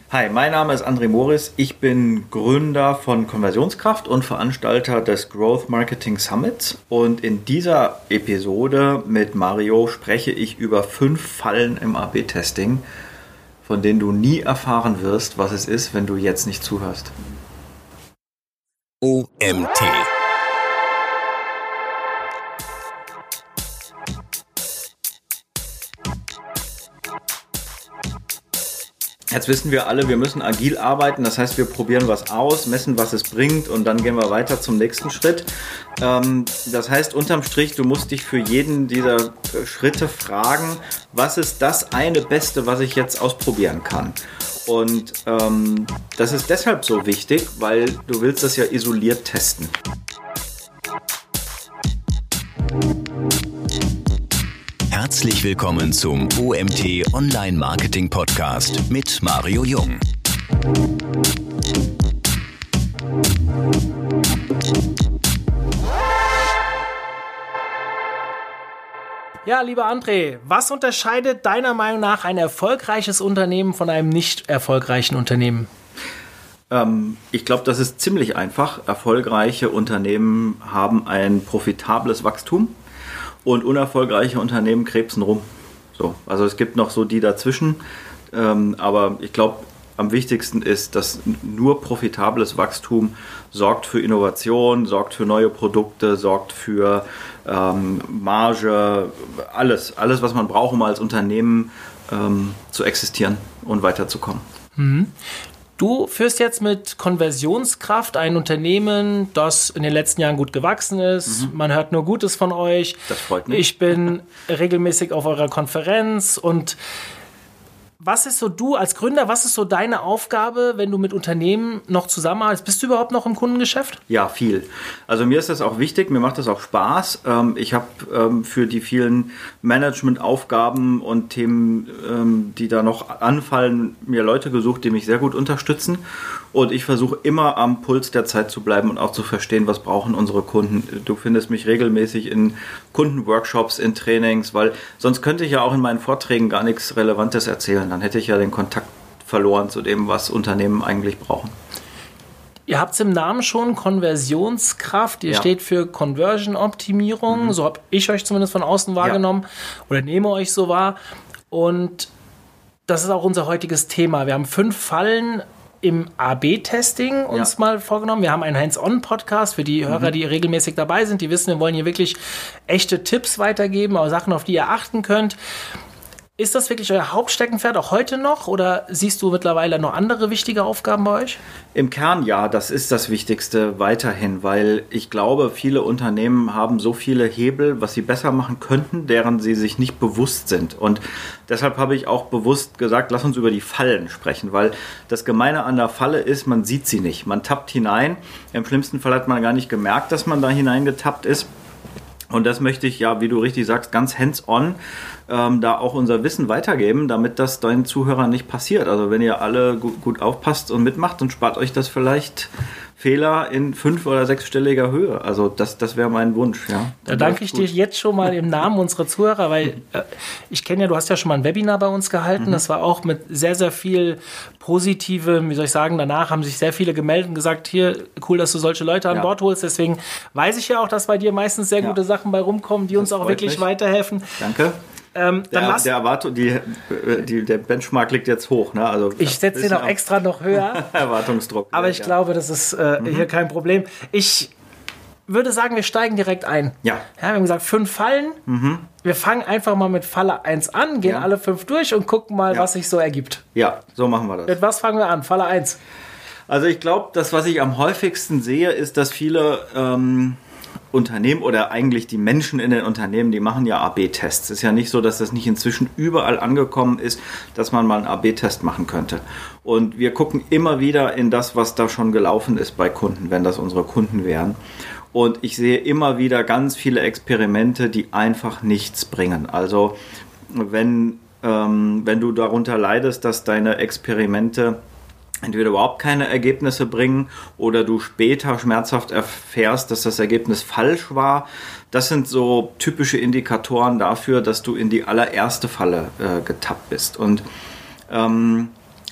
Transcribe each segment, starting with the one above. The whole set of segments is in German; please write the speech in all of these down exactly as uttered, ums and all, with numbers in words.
Hi, mein Name ist André Moris. Ich bin Gründer von Konversionskraft und Veranstalter des Growth Marketing Summits. Und in dieser Episode mit Mario spreche ich über fünf Fallen im A B Testing, von denen du nie erfahren wirst, was es ist, wenn du jetzt nicht zuhörst. O M T. Jetzt wissen wir alle, wir müssen agil arbeiten, das heißt, wir probieren was aus, messen, was es bringt und dann gehen wir weiter zum nächsten Schritt. Das heißt, unterm Strich, du musst dich für jeden dieser Schritte fragen, was ist das eine Beste, was ich jetzt ausprobieren kann? Und ähm, das ist deshalb so wichtig, weil du willst das ja isoliert testen. Herzlich willkommen zum O M T Online Marketing Podcast mit Mario Jung. Ja, lieber André, was unterscheidet deiner Meinung nach ein erfolgreiches Unternehmen von einem nicht erfolgreichen Unternehmen? Ähm, ich glaube, das ist ziemlich einfach. Erfolgreiche Unternehmen haben ein profitables Wachstum. Und unerfolgreiche Unternehmen krebsen rum. So, also es gibt noch so die dazwischen, ähm, aber ich glaube, am wichtigsten ist, dass nur profitables Wachstum sorgt für Innovation, sorgt für neue Produkte, sorgt für ähm, Marge, alles, alles, was man braucht, um als Unternehmen ähm, zu existieren und weiterzukommen. Mhm. Du führst jetzt mit Konversionskraft ein Unternehmen, das in den letzten Jahren gut gewachsen ist. Mhm. Man hört nur Gutes von euch. Das freut mich. Ich bin regelmäßig auf eurer Konferenz. Und was ist so du als Gründer, was ist so deine Aufgabe, wenn du mit Unternehmen noch zusammenarbeitest? Bist du überhaupt noch im Kundengeschäft? Ja, viel. Also mir ist das auch wichtig, mir macht das auch Spaß. Ich habe für die vielen Managementaufgaben und Themen, die da noch anfallen, mir Leute gesucht, die mich sehr gut unterstützen. Und ich versuche immer am Puls der Zeit zu bleiben und auch zu verstehen, was brauchen unsere Kunden. Du findest mich regelmäßig in Kundenworkshops, in Trainings, weil sonst könnte ich ja auch in meinen Vorträgen gar nichts Relevantes erzählen. Dann hätte ich ja den Kontakt verloren zu dem, was Unternehmen eigentlich brauchen. Ihr habt es im Namen schon, Konversionskraft. Ihr Ja. steht für Conversion-Optimierung. Mhm. So habe ich euch zumindest von außen wahrgenommen, ja. Oder nehme euch so wahr. Und das ist auch unser heutiges Thema. Wir haben fünf Fallen im A B Testing uns ja. mal vorgenommen. Wir haben einen Hands-on-Podcast für die Hörer, mhm. die regelmäßig dabei sind. Die wissen, wir wollen hier wirklich echte Tipps weitergeben, auch Sachen, auf die ihr achten könnt. Ist das wirklich euer Hauptsteckenpferd auch heute noch oder siehst du mittlerweile noch andere wichtige Aufgaben bei euch? Im Kern ja, das ist das Wichtigste weiterhin, weil ich glaube, viele Unternehmen haben so viele Hebel, was sie besser machen könnten, deren sie sich nicht bewusst sind. Und deshalb habe ich auch bewusst gesagt, lass uns über die Fallen sprechen, weil das Gemeine an der Falle ist, man sieht sie nicht. Man tappt hinein, im schlimmsten Fall hat man gar nicht gemerkt, dass man da hineingetappt ist. Und das möchte ich ja, wie du richtig sagst, ganz hands-on ähm, da auch unser Wissen weitergeben, damit das deinen Zuhörern nicht passiert. Also wenn ihr alle gut, gut aufpasst und mitmacht, dann spart euch das vielleicht Fehler in fünf- oder sechsstelliger Höhe. Also das, das wäre mein Wunsch. Ja. Da danke ich dir jetzt schon mal im Namen unserer Zuhörer, weil äh, ich kenne ja, du hast ja schon mal ein Webinar bei uns gehalten. Mhm. Das war auch mit sehr, sehr viel positive, wie soll ich sagen, danach haben sich sehr viele gemeldet und gesagt, hier, cool, dass du solche Leute an ja. Bord holst. Deswegen weiß ich ja auch, dass bei dir meistens sehr ja. gute Sachen bei rumkommen, die das uns auch wirklich mich. weiterhelfen. Danke. Ähm, dann der, der, Erwartung, die, die, der Benchmark liegt jetzt hoch. Ne? Also ich setze den auch extra noch höher. Erwartungsdruck. Aber ich ja. glaube, das ist äh, mhm. hier kein Problem. Ich würde sagen, wir steigen direkt ein. Ja. ja wir haben gesagt, fünf Fallen. Mhm. Wir fangen einfach mal mit Falle eins an, gehen ja. alle fünf durch und gucken mal, ja. was sich so ergibt. Ja, so machen wir das. Mit was fangen wir an? Falle eins. Also ich glaube, das, was ich am häufigsten sehe, ist, dass viele ähm, Unternehmen oder eigentlich die Menschen in den Unternehmen, die machen ja A B Tests. Es ist ja nicht so, dass das nicht inzwischen überall angekommen ist, dass man mal einen A B Test machen könnte. Und wir gucken immer wieder in das, was da schon gelaufen ist bei Kunden, wenn das unsere Kunden wären. Und ich sehe immer wieder ganz viele Experimente, die einfach nichts bringen. Also wenn, ähm, wenn du darunter leidest, dass deine Experimente entweder überhaupt keine Ergebnisse bringen oder du später schmerzhaft erfährst, dass das Ergebnis falsch war. Das sind so typische Indikatoren dafür, dass du in die allererste Falle äh, getappt bist. Und ähm,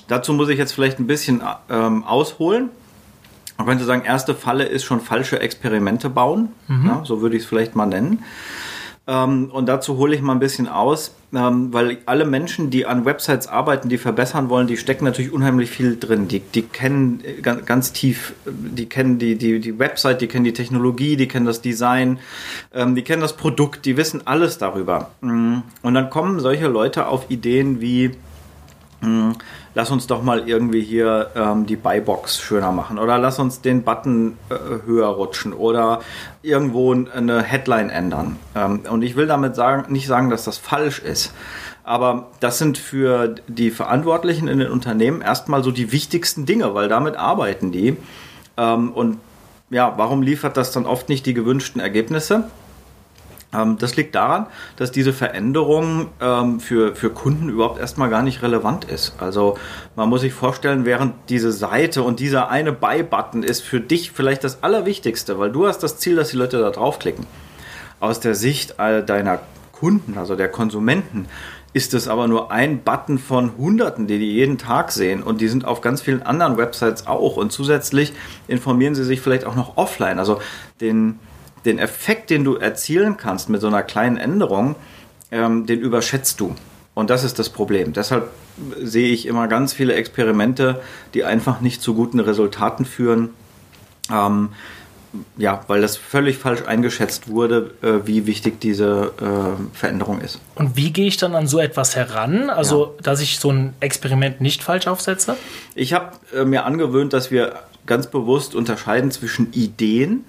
Dazu muss ich jetzt vielleicht ein bisschen ähm, ausholen. Man könnte sagen, erste Falle ist schon falsche Experimente bauen. Mhm. Ja, so würde ich es vielleicht mal nennen. Ähm, und dazu hole ich mal ein bisschen aus, ähm, weil alle Menschen, die an Websites arbeiten, die verbessern wollen, die stecken natürlich unheimlich viel drin. Die, die kennen ganz, ganz tief, die kennen die, die, die Website, die kennen die Technologie, die kennen das Design, ähm, die kennen das Produkt, die wissen alles darüber. Und dann kommen solche Leute auf Ideen wie, mh, lass uns doch mal irgendwie hier ähm, die Buybox schöner machen oder lass uns den Button äh, höher rutschen oder irgendwo eine Headline ändern. Ähm, und ich will damit sagen, nicht sagen, dass das falsch ist, aber das sind für die Verantwortlichen in den Unternehmen erstmal so die wichtigsten Dinge, weil damit arbeiten die. Ähm, und ja, warum liefert das dann oft nicht die gewünschten Ergebnisse? Das liegt daran, dass diese Veränderung ähm, für, für Kunden überhaupt erstmal gar nicht relevant ist. Also man muss sich vorstellen, während diese Seite und dieser eine Buy-Button ist für dich vielleicht das Allerwichtigste, weil du hast das Ziel, dass die Leute da draufklicken. Aus der Sicht all deiner Kunden, also der Konsumenten, ist es aber nur ein Button von Hunderten, die die jeden Tag sehen und die sind auf ganz vielen anderen Websites auch und zusätzlich informieren sie sich vielleicht auch noch offline. Also den Den Effekt, den du erzielen kannst mit so einer kleinen Änderung, ähm, den überschätzt du. Und das ist das Problem. Deshalb sehe ich immer ganz viele Experimente, die einfach nicht zu guten Resultaten führen. Ähm, ja, weil das völlig falsch eingeschätzt wurde, äh, wie wichtig diese äh, Veränderung ist. Und wie gehe ich dann an so etwas heran? Also, ja. dass ich so ein Experiment nicht falsch aufsetze? Ich habe äh, mir angewöhnt, dass wir ganz bewusst unterscheiden zwischen Ideen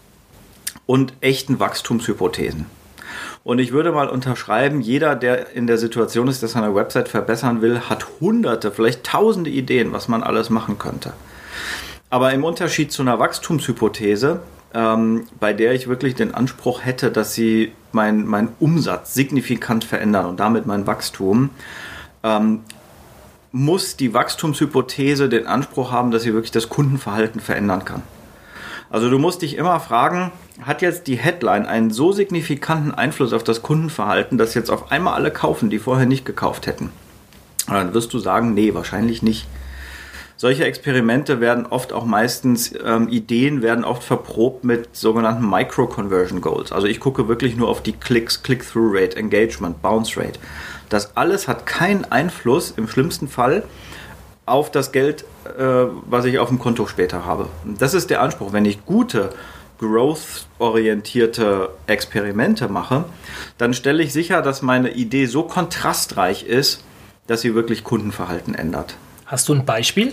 und echten Wachstumshypothesen. Und ich würde mal unterschreiben, jeder, der in der Situation ist, dass er eine Website verbessern will, hat hunderte, vielleicht tausende Ideen, was man alles machen könnte. Aber im Unterschied zu einer Wachstumshypothese, ähm, bei der ich wirklich den Anspruch hätte, dass sie meinen mein Umsatz signifikant verändern und damit mein Wachstum, ähm, muss die Wachstumshypothese den Anspruch haben, dass sie wirklich das Kundenverhalten verändern kann. Also du musst dich immer fragen, hat jetzt die Headline einen so signifikanten Einfluss auf das Kundenverhalten, dass jetzt auf einmal alle kaufen, die vorher nicht gekauft hätten? Und dann wirst du sagen, nee, wahrscheinlich nicht. Solche Experimente werden oft auch meistens, ähm, Ideen werden oft verprobt mit sogenannten Micro-Conversion Goals. Also ich gucke wirklich nur auf die Klicks, Click-Through-Rate, Engagement, Bounce-Rate. Das alles hat keinen Einfluss, im schlimmsten Fall, auf das Geld, äh, was ich auf dem Konto später habe. Das ist der Anspruch. Wenn ich gute, growth-orientierte Experimente mache, dann stelle ich sicher, dass meine Idee so kontrastreich ist, dass sie wirklich Kundenverhalten ändert. Hast du ein Beispiel?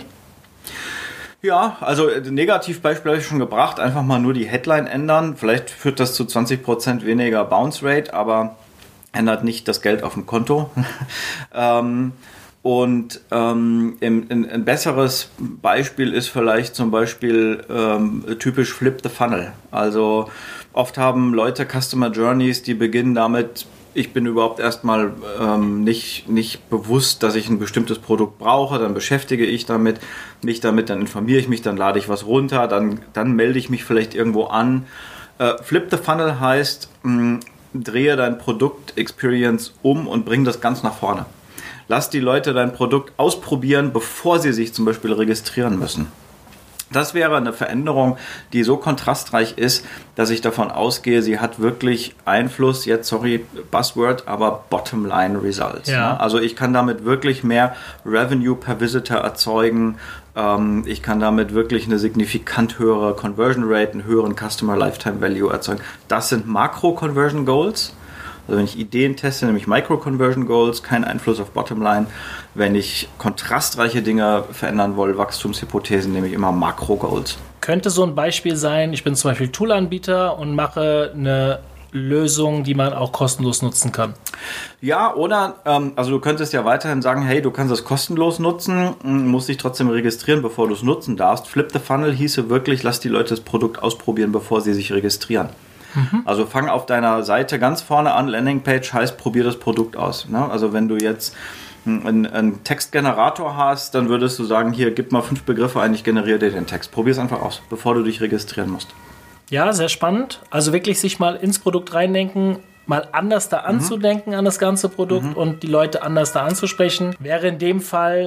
Ja, also Negativbeispiel habe ich schon gebracht. Einfach mal nur die Headline ändern. Vielleicht führt das zu zwanzig Prozent weniger Bounce Rate, aber ändert nicht das Geld auf dem Konto. ähm, Und ähm, ein, ein besseres Beispiel ist vielleicht zum Beispiel ähm, typisch Flip the Funnel. Also oft haben Leute Customer Journeys, die beginnen damit, ich bin überhaupt erstmal ähm, nicht, nicht bewusst, dass ich ein bestimmtes Produkt brauche, dann beschäftige ich damit, mich damit, dann informiere ich mich, dann lade ich was runter, dann, dann melde ich mich vielleicht irgendwo an. Äh, Flip the Funnel heißt, mh, drehe dein Produkt-Experience um und bring das ganz nach vorne. Lass die Leute dein Produkt ausprobieren, bevor sie sich zum Beispiel registrieren müssen. Das wäre eine Veränderung, die so kontrastreich ist, dass ich davon ausgehe, sie hat wirklich Einfluss, jetzt sorry, Buzzword, aber Bottomline Results. Ja. Ne? Also ich kann damit wirklich mehr Revenue per Visitor erzeugen. Ähm, ich kann damit wirklich eine signifikant höhere Conversion Rate, einen höheren Customer Lifetime Value erzeugen. Das sind Makro-Conversion Goals. Also wenn ich Ideen teste, nämlich Micro-Conversion Goals, kein Einfluss auf Bottomline. Wenn ich kontrastreiche Dinge verändern will, Wachstumshypothesen, nehme ich immer Makro-Goals. Könnte so ein Beispiel sein, ich bin zum Beispiel Toolanbieter und mache eine Lösung, die man auch kostenlos nutzen kann. Ja, oder ähm, also du könntest ja weiterhin sagen, hey, du kannst es kostenlos nutzen, musst dich trotzdem registrieren, bevor du es nutzen darfst. Flip the Funnel hieße wirklich, lass die Leute das Produkt ausprobieren, bevor sie sich registrieren. Mhm. Also fang auf deiner Seite ganz vorne an, Landingpage heißt, probier das Produkt aus. Ne? Also wenn du jetzt einen, einen Textgenerator hast, dann würdest du sagen, hier, gib mal fünf Begriffe ein, ich generiere dir den Text. Probier es einfach aus, bevor du dich registrieren musst. Ja, sehr spannend. Also wirklich sich mal ins Produkt reindenken, mal anders da anzudenken mhm. an das ganze Produkt mhm. und die Leute anders da anzusprechen. Wäre in dem Fall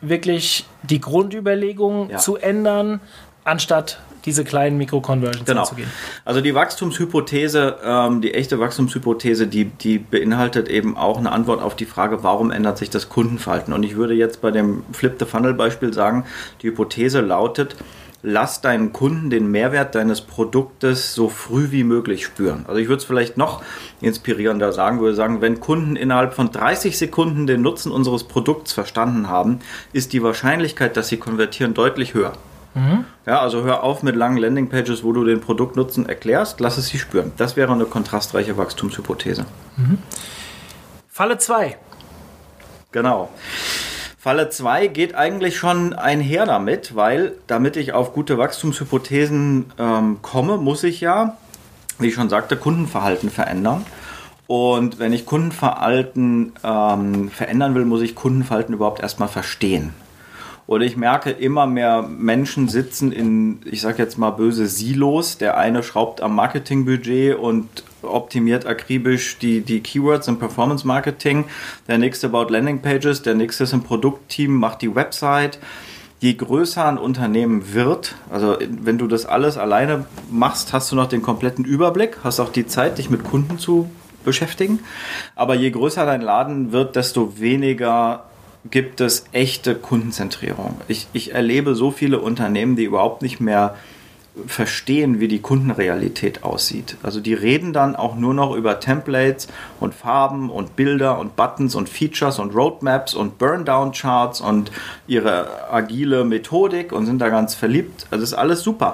wirklich die Grundüberlegung ja. zu ändern, anstatt diese kleinen Mikro-Conversions genau. anzugehen. Also die Wachstumshypothese, ähm, die echte Wachstumshypothese, die, die beinhaltet eben auch eine Antwort auf die Frage, warum ändert sich das Kundenverhalten? Und ich würde jetzt bei dem Flip-the-Funnel-Beispiel sagen, die Hypothese lautet, lass deinen Kunden den Mehrwert deines Produktes so früh wie möglich spüren. Also ich würde es vielleicht noch inspirierender sagen, würde sagen, wenn Kunden innerhalb von dreißig Sekunden den Nutzen unseres Produkts verstanden haben, ist die Wahrscheinlichkeit, dass sie konvertieren, deutlich höher. Mhm. Ja, also hör auf mit langen Landingpages, wo du den Produktnutzen erklärst, lass es sie spüren. Das wäre eine kontrastreiche Wachstumshypothese. Mhm. Falle zwei. Genau. Falle zwei geht eigentlich schon einher damit, weil damit ich auf gute Wachstumshypothesen ähm, komme, muss ich ja, wie ich schon sagte, Kundenverhalten verändern. Und wenn ich Kundenverhalten ähm, verändern will, muss ich Kundenverhalten überhaupt erstmal verstehen. Und ich merke, immer mehr Menschen sitzen in, ich sage jetzt mal böse, Silos. Der eine schraubt am Marketingbudget und optimiert akribisch die, die Keywords im Performance Marketing. Der nächste baut Landingpages, der nächste ist im Produktteam, macht die Website. Je größer ein Unternehmen wird, also wenn du das alles alleine machst, hast du noch den kompletten Überblick, hast auch die Zeit, dich mit Kunden zu beschäftigen. Aber je größer dein Laden wird, desto weniger gibt es echte Kundenzentrierung. Ich, ich erlebe so viele Unternehmen, die überhaupt nicht mehr verstehen, wie die Kundenrealität aussieht. Also die reden dann auch nur noch über Templates und Farben und Bilder und Buttons und Features und Roadmaps und Burndown-Charts und ihre agile Methodik und sind da ganz verliebt. Also ist alles super.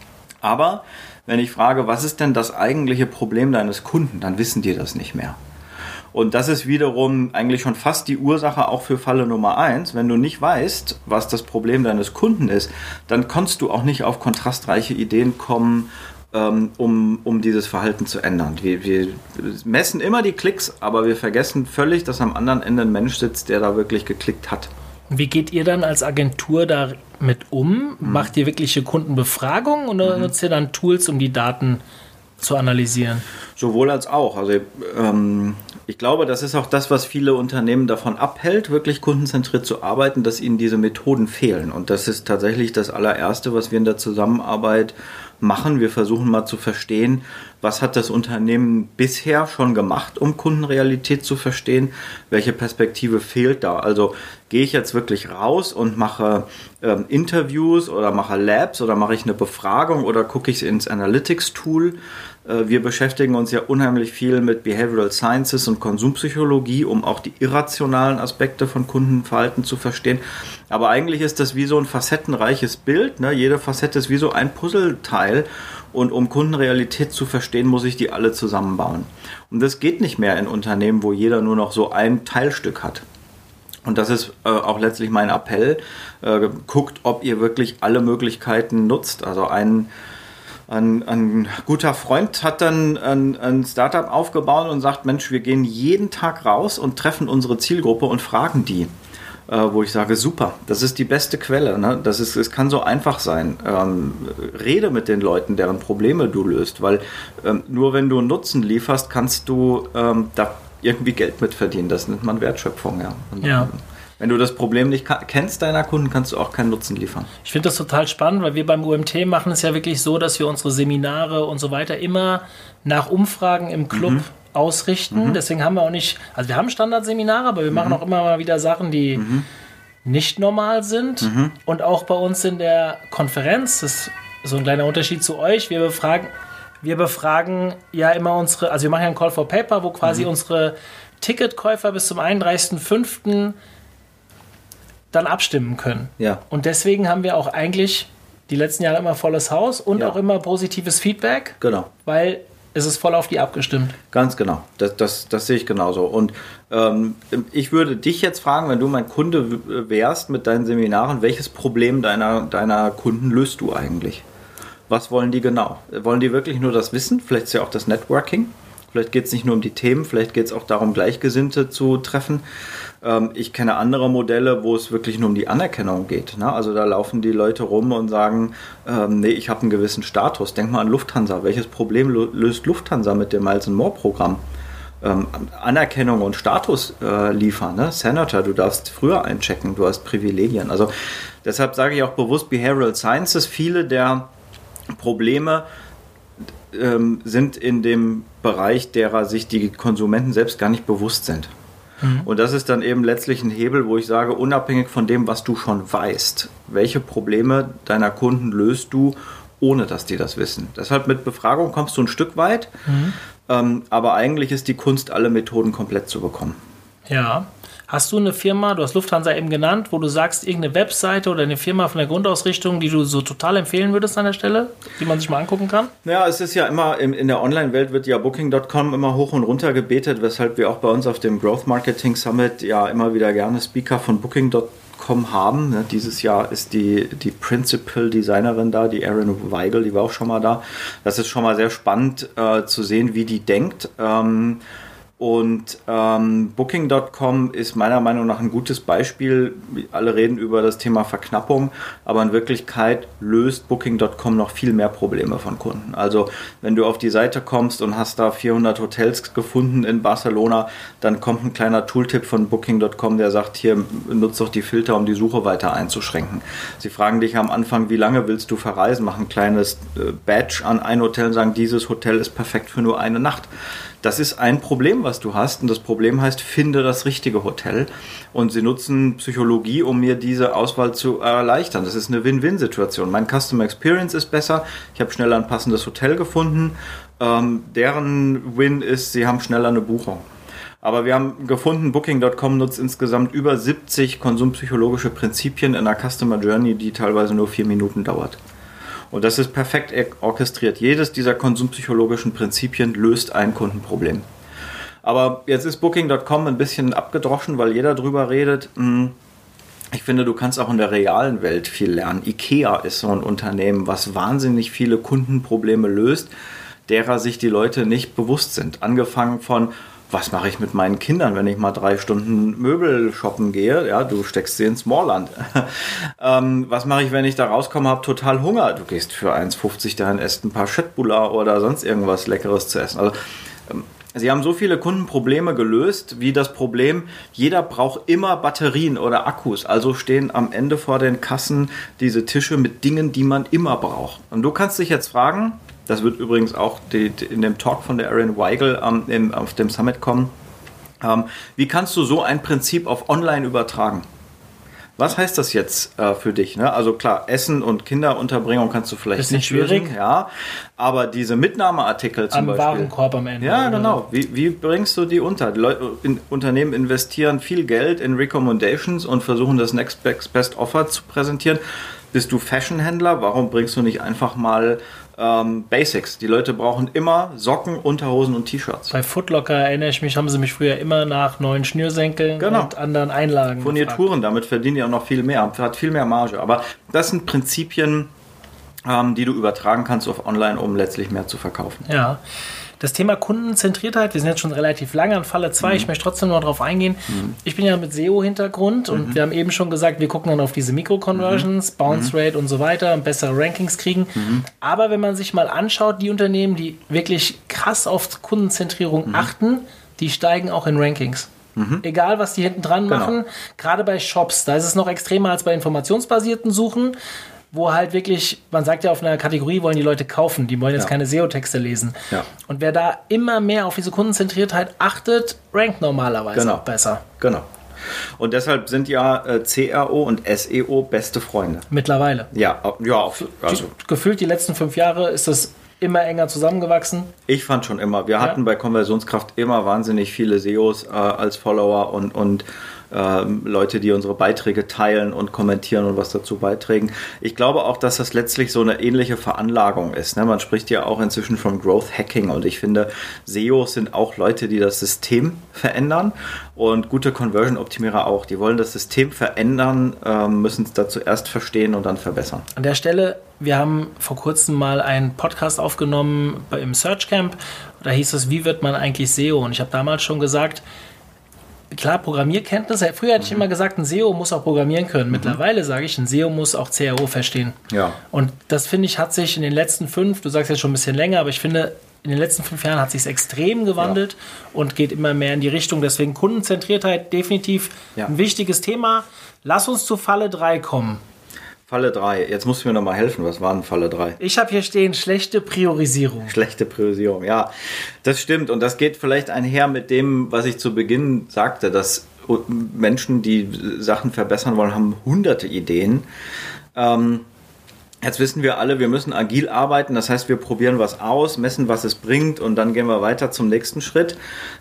Aber wenn ich frage, was ist denn das eigentliche Problem deines Kunden, dann wissen die das nicht mehr. Und das ist wiederum eigentlich schon fast die Ursache auch für Falle Nummer eins. Wenn du nicht weißt, was das Problem deines Kunden ist, dann kannst du auch nicht auf kontrastreiche Ideen kommen, ähm, um, um dieses Verhalten zu ändern. Wir, wir messen immer die Klicks, aber wir vergessen völlig, dass am anderen Ende ein Mensch sitzt, der da wirklich geklickt hat. Wie geht ihr dann als Agentur damit um? Mhm. Macht ihr wirkliche Kundenbefragungen oder mhm. nutzt ihr dann Tools, um die Daten zu analysieren? Sowohl als auch. Also ähm, ich glaube, das ist auch das, was viele Unternehmen davon abhält, wirklich kundenzentriert zu arbeiten, dass ihnen diese Methoden fehlen. Und das ist tatsächlich das allererste, was wir in der Zusammenarbeit machen. Wir versuchen mal zu verstehen, was hat das Unternehmen bisher schon gemacht, um Kundenrealität zu verstehen, welche Perspektive fehlt da. Also gehe ich jetzt wirklich raus und mache ähm, Interviews oder mache Labs oder mache ich eine Befragung oder gucke ich ins Analytics-Tool. Äh, wir beschäftigen uns ja unheimlich viel mit Behavioral Sciences und Konsumpsychologie, um auch die irrationalen Aspekte von Kundenverhalten zu verstehen. Aber eigentlich ist das wie so ein facettenreiches Bild, ne? Jede Facette ist wie so ein Puzzleteil. Und um Kundenrealität zu verstehen, muss ich die alle zusammenbauen. Und das geht nicht mehr in Unternehmen, wo jeder nur noch so ein Teilstück hat. Und das ist äh, auch letztlich mein Appell. Äh, guckt, ob ihr wirklich alle Möglichkeiten nutzt. Also ein, ein, ein guter Freund hat dann ein, ein Startup aufgebaut und sagt, Mensch, wir gehen jeden Tag raus und treffen unsere Zielgruppe und fragen die. Äh, wo ich sage, super, das ist die beste Quelle. Ne? Das ist, es kann so einfach sein. Ähm, rede mit den Leuten, deren Probleme du löst, weil ähm, nur wenn du einen Nutzen lieferst, kannst du ähm, da irgendwie Geld mit verdienen. Das nennt man Wertschöpfung. Ja. Und, ja. Wenn du das Problem nicht kennst deiner Kunden, kannst du auch keinen Nutzen liefern. Ich finde das total spannend, weil wir beim U M T machen es ja wirklich so, dass wir unsere Seminare und so weiter immer nach Umfragen im Club mhm. ausrichten. Mhm. Deswegen haben wir auch nicht, also wir haben Standardseminare, aber wir machen mhm. auch immer mal wieder Sachen, die mhm. nicht normal sind. Mhm. Und auch bei uns in der Konferenz, das ist so ein kleiner Unterschied zu euch, wir befragen, wir befragen ja immer unsere, also wir machen ja einen Call for Paper, wo quasi mhm. unsere Ticketkäufer bis zum einunddreißigsten fünften dann abstimmen können. Ja. Und deswegen haben wir auch eigentlich die letzten Jahre immer volles Haus und ja. auch immer positives Feedback. Genau. Weil es ist voll auf die abgestimmt. Ganz genau. Das, das, das sehe ich genauso. Und ähm, ich würde dich jetzt fragen, wenn du mein Kunde wärst mit deinen Seminaren, welches Problem deiner, deiner Kunden löst du eigentlich? Was wollen die genau? Wollen die wirklich nur das Wissen? Vielleicht ist ja auch das Networking. Vielleicht geht es nicht nur um die Themen, vielleicht geht es auch darum, Gleichgesinnte zu treffen. Ähm, ich kenne andere Modelle, wo es wirklich nur um die Anerkennung geht. Ne? Also da laufen die Leute rum und sagen, ähm, nee, ich habe einen gewissen Status. Denk mal an Lufthansa. Welches Problem löst Lufthansa mit dem Miles and More Programm? ähm, Anerkennung und Status äh, liefern. Ne? Senator, du darfst früher einchecken, du hast Privilegien. Also deshalb sage ich auch bewusst Behavioral Sciences. Viele der Probleme ähm, sind in dem Bereich, derer sich die Konsumenten selbst gar nicht bewusst sind. Mhm. Und das ist dann eben letztlich ein Hebel, wo ich sage, unabhängig von dem, was du schon weißt, welche Probleme deiner Kunden löst du, ohne dass die das wissen. Deshalb mit Befragung kommst du ein Stück weit, mhm. ähm, aber eigentlich ist die Kunst, alle Methoden komplett zu bekommen. Ja. Hast du eine Firma, du hast Lufthansa eben genannt, wo du sagst, irgendeine Webseite oder eine Firma von der Grundausrichtung, die du so total empfehlen würdest an der Stelle, die man sich mal angucken kann? Ja, es ist ja immer, in, in der Online-Welt wird ja Booking Punkt com immer hoch und runter gebetet, weshalb wir auch bei uns auf dem Growth Marketing Summit ja immer wieder gerne Speaker von Booking Punkt com haben. Ja, dieses Jahr ist die, die Principal Designerin da, die Erin Weigel, die war auch schon mal da. Das ist schon mal sehr spannend äh, zu sehen, wie die denkt. Ähm, Und ähm, Booking Punkt com ist meiner Meinung nach ein gutes Beispiel. Alle reden über das Thema Verknappung, aber in Wirklichkeit löst Booking Punkt com noch viel mehr Probleme von Kunden. Also wenn du auf die Seite kommst und hast da vierhundert Hotels gefunden in Barcelona, dann kommt ein kleiner Tooltip von Booking Punkt com, der sagt, hier, nutzt doch die Filter, um die Suche weiter einzuschränken. Sie fragen dich am Anfang, wie lange willst du verreisen? Machen ein kleines äh, Badge an ein Hotel und sagen, dieses Hotel ist perfekt für nur eine Nacht. Das ist ein Problem, was du hast, und das Problem heißt, finde das richtige Hotel. Und sie nutzen Psychologie, um mir diese Auswahl zu erleichtern. Das ist eine Win-Win-Situation. Mein Customer Experience ist besser, ich habe schneller ein passendes Hotel gefunden. Ähm, deren Win ist, sie haben schneller eine Buchung. Aber wir haben gefunden, Booking Punkt com nutzt insgesamt über siebzig konsumpsychologische Prinzipien in einer Customer Journey, die teilweise nur vier Minuten dauert. Und das ist perfekt orchestriert. Jedes dieser konsumpsychologischen Prinzipien löst ein Kundenproblem. Aber jetzt ist Booking Punkt com ein bisschen abgedroschen, weil jeder drüber redet. Ich finde, du kannst auch in der realen Welt viel lernen. IKEA ist so ein Unternehmen, was wahnsinnig viele Kundenprobleme löst, derer sich die Leute nicht bewusst sind. Angefangen von: Was mache ich mit meinen Kindern, wenn ich mal drei Stunden Möbel shoppen gehe? Ja, du steckst sie ins Smallland. ähm, was mache ich, wenn ich da rauskomme, habe total Hunger? Du gehst für eins fünfzig dahin, esst ein paar Chatbula oder sonst irgendwas Leckeres zu essen. Also, ähm, sie haben so viele Kundenprobleme gelöst, wie das Problem, jeder braucht immer Batterien oder Akkus. Also stehen am Ende vor den Kassen diese Tische mit Dingen, die man immer braucht. Und du kannst dich jetzt fragen, das wird übrigens auch die, die in dem Talk von der Erin Weigel ähm, im, auf dem Summit kommen. Ähm, wie kannst du so ein Prinzip auf Online übertragen? Was heißt das jetzt äh, für dich? Ne? Also klar, Essen und Kinderunterbringung kannst du vielleicht bisschen nicht schwierig, lösen, ja. Aber diese Mitnahmeartikel zum am Beispiel. Warenkorb am Ende. Ja, genau. Wie, wie bringst du die unter? Die Leute, in, Unternehmen investieren viel Geld in Recommendations und versuchen das Next Best Offer zu präsentieren. Bist du Fashionhändler? Warum bringst du nicht einfach mal ähm, Basics? Die Leute brauchen immer Socken, Unterhosen und T-Shirts. Bei Footlocker erinnere ich mich, haben sie mich früher immer nach neuen Schnürsenkeln genau. und anderen Einlagen Furnituren, damit verdienen die auch noch viel mehr, hat viel mehr Marge. Aber das sind Prinzipien, ähm, die du übertragen kannst auf Online, um letztlich mehr zu verkaufen. Ja. Das Thema Kundenzentriertheit, wir sind jetzt schon relativ lange an Falle zwei, mhm. ich möchte trotzdem noch darauf eingehen. Mhm. Ich bin ja mit S E O-Hintergrund und mhm. wir haben eben schon gesagt, wir gucken dann auf diese Mikro-Conversions, mhm. Bounce Rate und so weiter und bessere Rankings kriegen. Mhm. Aber wenn man sich mal anschaut, die Unternehmen, die wirklich krass auf Kundenzentrierung mhm. achten, die steigen auch in Rankings. Mhm. Egal, was die hinten dran genau. machen, gerade bei Shops, da ist es noch extremer als bei informationsbasierten Suchen, wo halt wirklich, man sagt ja, auf einer Kategorie wollen die Leute kaufen, die wollen jetzt ja. keine S E O-Texte lesen. Ja. Und wer da immer mehr auf diese Kundenzentriertheit achtet, rankt normalerweise genau. auch besser. Genau. Und deshalb sind ja äh, C R O und S E O beste Freunde. Mittlerweile. Ja, ja. Also. Die, gefühlt die letzten fünf Jahre ist das immer enger zusammengewachsen. Ich fand schon immer. Wir ja. hatten bei Konversionskraft immer wahnsinnig viele S E Os äh, als Follower und, und Ähm, Leute, die unsere Beiträge teilen und kommentieren und was dazu beitragen. Ich glaube auch, dass das letztlich so eine ähnliche Veranlagung ist. Ne? Man spricht ja auch inzwischen von Growth Hacking und ich finde, S E Os sind auch Leute, die das System verändern und gute Conversion-Optimierer auch. Die wollen das System verändern, ähm, müssen es da zuerst verstehen und dann verbessern. An der Stelle, wir haben vor kurzem mal einen Podcast aufgenommen im Search Camp. Da hieß es, wie wird man eigentlich S E O? Und ich habe damals schon gesagt, klar, Programmierkenntnisse. Früher hätte ich immer gesagt, ein S E O muss auch programmieren können. Mittlerweile sage ich, ein S E O muss auch C R O verstehen. Ja. Und das, finde ich, hat sich in den letzten fünf, du sagst jetzt schon ein bisschen länger, aber ich finde, in den letzten fünf Jahren hat sich es extrem gewandelt ja. und geht immer mehr in die Richtung. Deswegen Kundenzentriertheit definitiv ja. ein wichtiges Thema. Lass uns zu Falle drei kommen. Falle drei. Jetzt musst du mir noch mal helfen. Was war denn Falle drei? Ich habe hier stehen, schlechte Priorisierung. Schlechte Priorisierung, ja. Das stimmt. Und das geht vielleicht einher mit dem, was ich zu Beginn sagte, dass Menschen, die Sachen verbessern wollen, haben hunderte Ideen. Ähm, Jetzt wissen wir alle, wir müssen agil arbeiten, das heißt, wir probieren was aus, messen, was es bringt und dann gehen wir weiter zum nächsten Schritt.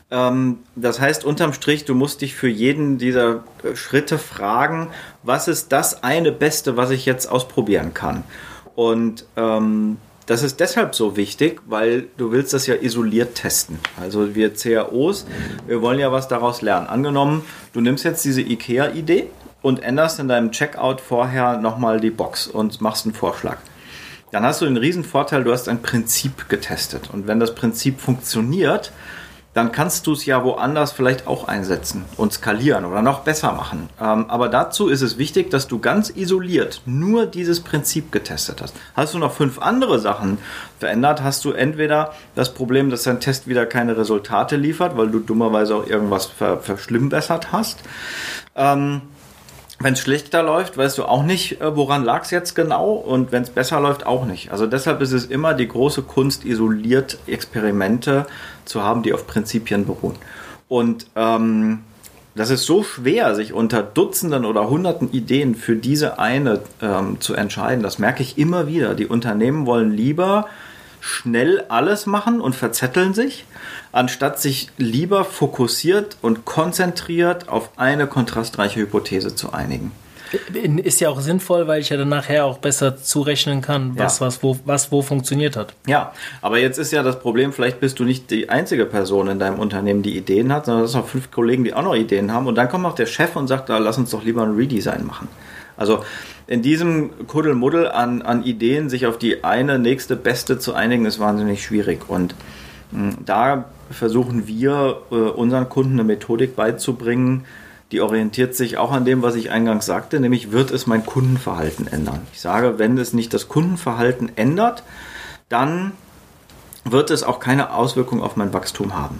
Das heißt, unterm Strich, du musst dich für jeden dieser Schritte fragen, was ist das eine Beste, was ich jetzt ausprobieren kann? Und ähm, das ist deshalb so wichtig, weil du willst das ja isoliert testen. Also wir C A Os, wir wollen ja was daraus lernen. Angenommen, du nimmst jetzt diese IKEA-Idee und änderst in deinem Checkout vorher nochmal die Box und machst einen Vorschlag. Dann hast du den riesen Vorteil, du hast ein Prinzip getestet. Und wenn das Prinzip funktioniert, dann kannst du es ja woanders vielleicht auch einsetzen und skalieren oder noch besser machen. Ähm, aber dazu ist es wichtig, dass du ganz isoliert nur dieses Prinzip getestet hast. Hast du noch fünf andere Sachen verändert, hast du entweder das Problem, dass dein Test wieder keine Resultate liefert, weil du dummerweise auch irgendwas ver- verschlimmbessert hast. Ähm, Wenn es schlechter läuft, weißt du auch nicht, woran lag es jetzt genau, und wenn es besser läuft, auch nicht. Also deshalb ist es immer die große Kunst, isoliert Experimente zu haben, die auf Prinzipien beruhen. Und ähm, das ist so schwer, sich unter Dutzenden oder Hunderten Ideen für diese eine ähm, zu entscheiden. Das merke ich immer wieder. Die Unternehmen wollen lieber schnell alles machen und verzetteln sich, anstatt sich lieber fokussiert und konzentriert auf eine kontrastreiche Hypothese zu einigen. Ist ja auch sinnvoll, weil ich ja dann nachher auch besser zurechnen kann, was, ja. was, wo, was wo funktioniert hat. Ja, aber jetzt ist ja das Problem, vielleicht bist du nicht die einzige Person in deinem Unternehmen, die Ideen hat, sondern es sind noch fünf Kollegen, die auch noch Ideen haben, und dann kommt noch der Chef und sagt, da lass uns doch lieber ein Redesign machen. Also in diesem Kuddelmuddel an, an Ideen, sich auf die eine nächste beste zu einigen, ist wahnsinnig schwierig. Und mh, da versuchen wir, äh, unseren Kunden eine Methodik beizubringen, die orientiert sich auch an dem, was ich eingangs sagte, nämlich wird es mein Kundenverhalten ändern. Ich sage, wenn es nicht das Kundenverhalten ändert, dann wird es auch keine Auswirkung auf mein Wachstum haben.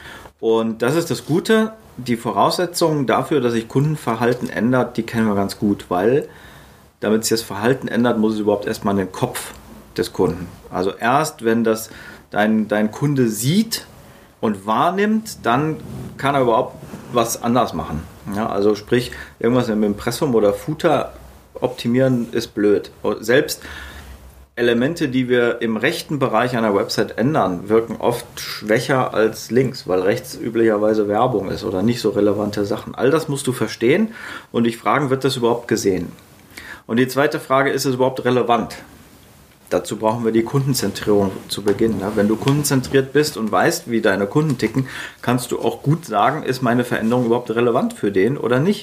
Und das ist das Gute. Die Voraussetzungen dafür, dass sich Kundenverhalten ändert, die kennen wir ganz gut, weil damit sich das Verhalten ändert, muss es überhaupt erstmal in den Kopf des Kunden. Also erst, wenn das dein, dein Kunde sieht und wahrnimmt, dann kann er überhaupt was anders machen. Ja, also sprich, irgendwas im Impressum oder Footer optimieren ist blöd. Selbst Elemente, die wir im rechten Bereich einer Website ändern, wirken oft schwächer als links, weil rechts üblicherweise Werbung ist oder nicht so relevante Sachen. All das musst du verstehen und dich fragen, wird das überhaupt gesehen? Und die zweite Frage, ist es überhaupt relevant? Dazu brauchen wir die Kundenzentrierung zu Beginn. Wenn du kundenzentriert bist und weißt, wie deine Kunden ticken, kannst du auch gut sagen, ist meine Veränderung überhaupt relevant für den oder nicht?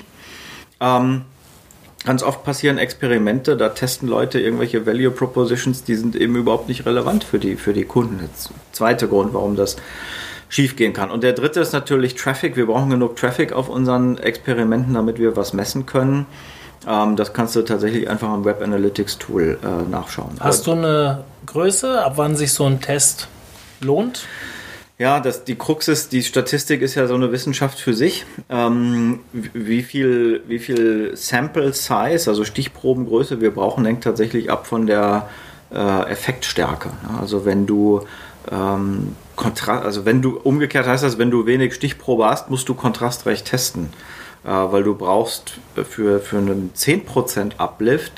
Ähm, ganz oft passieren Experimente, da testen Leute irgendwelche Value Propositions, die sind eben überhaupt nicht relevant für die, für die Kunden. Das zweite Grund, warum das schief gehen kann. Und der dritte ist natürlich Traffic. Wir brauchen genug Traffic auf unseren Experimenten, damit wir was messen können. Das kannst du tatsächlich einfach im Web Analytics Tool äh, nachschauen. Hast du eine Größe, ab wann sich so ein Test lohnt? Ja, das, die Krux ist, die Statistik ist ja so eine Wissenschaft für sich. Ähm, wie viel, wie viel Sample Size, also Stichprobengröße wir brauchen, hängt tatsächlich ab von der äh, Effektstärke. Also wenn du ähm, Kontrast, also wenn du umgekehrt heißt das, wenn du wenig Stichprobe hast, musst du kontrastreich testen. Weil du brauchst für, für einen zehn Prozent Uplift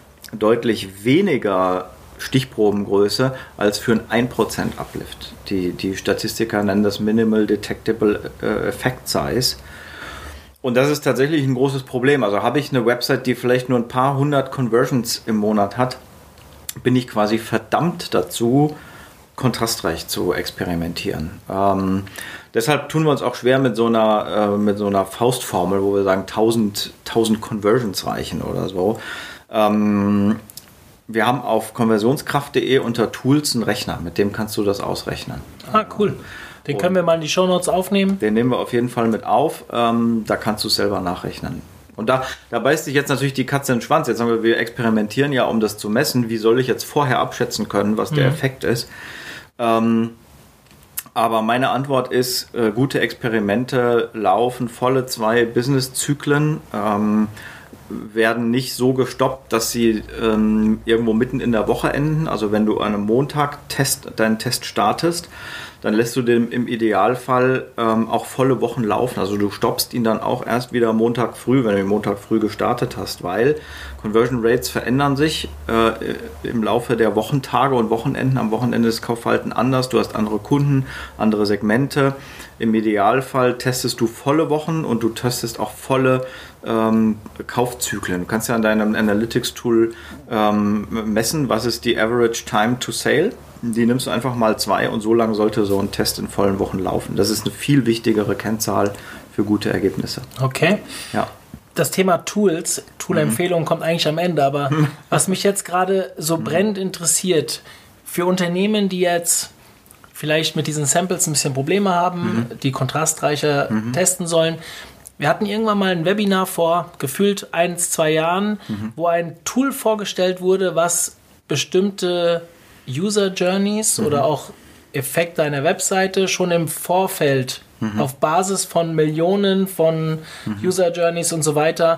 deutlich weniger Stichprobengröße als für einen ein Prozent Uplift. Die, die Statistiker nennen das Minimal Detectable Effect Size. Und das ist tatsächlich ein großes Problem. Also habe ich eine Website, die vielleicht nur ein paar hundert Conversions im Monat hat, bin ich quasi verdammt dazu, kontrastreich zu experimentieren. Ähm, deshalb tun wir uns auch schwer mit so einer, äh, mit so einer Faustformel, wo wir sagen, tausend, tausend Conversions reichen oder so. Ähm, wir haben auf konversionskraft punkt de unter Tools einen Rechner, mit dem kannst du das ausrechnen. Ah, cool. Den können wir mal in die Shownotes aufnehmen. Den nehmen wir auf jeden Fall mit auf. Ähm, da kannst du es selber nachrechnen. Und da, da beißt sich jetzt natürlich die Katze in den Schwanz. Jetzt sagen wir, wir experimentieren ja, um das zu messen. Wie soll ich jetzt vorher abschätzen können, was der mhm. Effekt ist? Ähm, aber meine Antwort ist, äh, gute Experimente laufen volle zwei Businesszyklen, ähm, werden nicht so gestoppt, dass sie ähm, irgendwo mitten in der Woche enden. Also wenn du an einem Montag Test, deinen Test startest, dann lässt du den im Idealfall ähm, auch volle Wochen laufen. Also du stoppst ihn dann auch erst wieder Montag früh, wenn du ihn Montag früh gestartet hast, weil Conversion Rates verändern sich äh, im Laufe der Wochentage und Wochenenden. Am Wochenende ist das Kaufverhalten anders, du hast andere Kunden, andere Segmente. Im Idealfall testest du volle Wochen und du testest auch volle ähm, Kaufzyklen. Du kannst ja an deinem Analytics-Tool ähm, messen, was ist die Average Time to Sale. Die nimmst du einfach mal zwei und so lange sollte so ein Test in vollen Wochen laufen. Das ist eine viel wichtigere Kennzahl für gute Ergebnisse. Okay. Ja. Das Thema Tools, Tool-Empfehlungen mhm. kommt eigentlich am Ende, aber was mich jetzt gerade so mhm. brennend interessiert, für Unternehmen, die jetzt vielleicht mit diesen Samples ein bisschen Probleme haben, mhm. die kontrastreicher mhm. testen sollen. Wir hatten irgendwann mal ein Webinar vor gefühlt ein, zwei Jahren, mhm. wo ein Tool vorgestellt wurde, was bestimmte User Journeys mhm. oder auch Effekte einer Webseite schon im Vorfeld mhm. auf Basis von Millionen von mhm. User Journeys und so weiter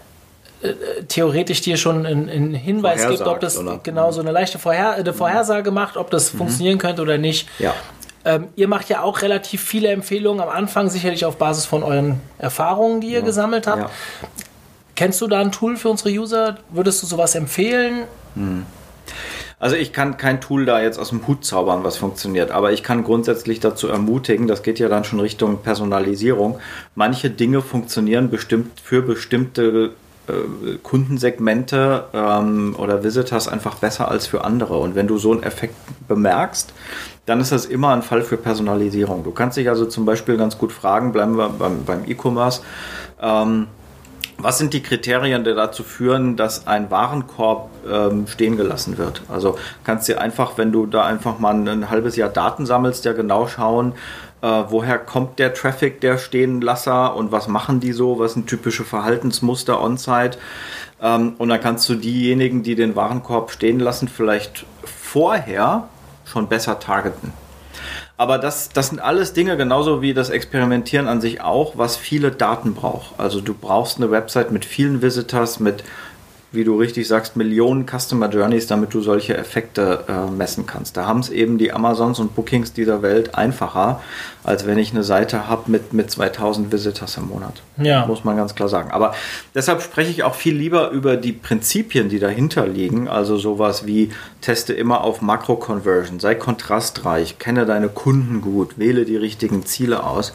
äh, theoretisch dir schon einen, einen Hinweis gibt, ob das oder? genau so eine leichte Vorher- eine Vorhersage macht, ob das mhm. funktionieren könnte oder nicht. Ja. Ähm, ihr macht ja auch relativ viele Empfehlungen am Anfang, sicherlich auf Basis von euren Erfahrungen, die ihr ja. gesammelt habt. Ja. Kennst du da ein Tool für unsere User? Würdest du sowas empfehlen? Mhm. Also ich kann kein Tool da jetzt aus dem Hut zaubern, was funktioniert, aber ich kann grundsätzlich dazu ermutigen, das geht ja dann schon Richtung Personalisierung, manche Dinge funktionieren bestimmt für bestimmte äh, Kundensegmente ähm, oder Visitors einfach besser als für andere, und wenn du so einen Effekt bemerkst, dann ist das immer ein Fall für Personalisierung. Du kannst dich also zum Beispiel ganz gut fragen, bleiben wir beim, beim E-Commerce, ähm, was sind die Kriterien, die dazu führen, dass ein Warenkorb ähm, stehen gelassen wird? Also kannst du einfach, wenn du da einfach mal ein, ein halbes Jahr Daten sammelst, ja genau schauen, äh, woher kommt der Traffic der Stehenlasser und was machen die so, was sind typische Verhaltensmuster on-site. Ähm, und dann kannst du diejenigen, die den Warenkorb stehen lassen, vielleicht vorher schon besser targeten. Aber das, das sind alles Dinge, genauso wie das Experimentieren an sich auch, was viele Daten braucht. Also du brauchst eine Website mit vielen Visitors, mit, wie du richtig sagst, Millionen Customer Journeys, damit du solche Effekte äh, messen kannst. Da haben es eben die Amazons und Bookings dieser Welt einfacher, als wenn ich eine Seite habe mit, mit zweitausend Visitors im Monat. Ja. Muss man ganz klar sagen. Aber deshalb spreche ich auch viel lieber über die Prinzipien, die dahinter liegen. Also sowas wie, teste immer auf Makro-Conversion, sei kontrastreich, kenne deine Kunden gut, wähle die richtigen Ziele aus.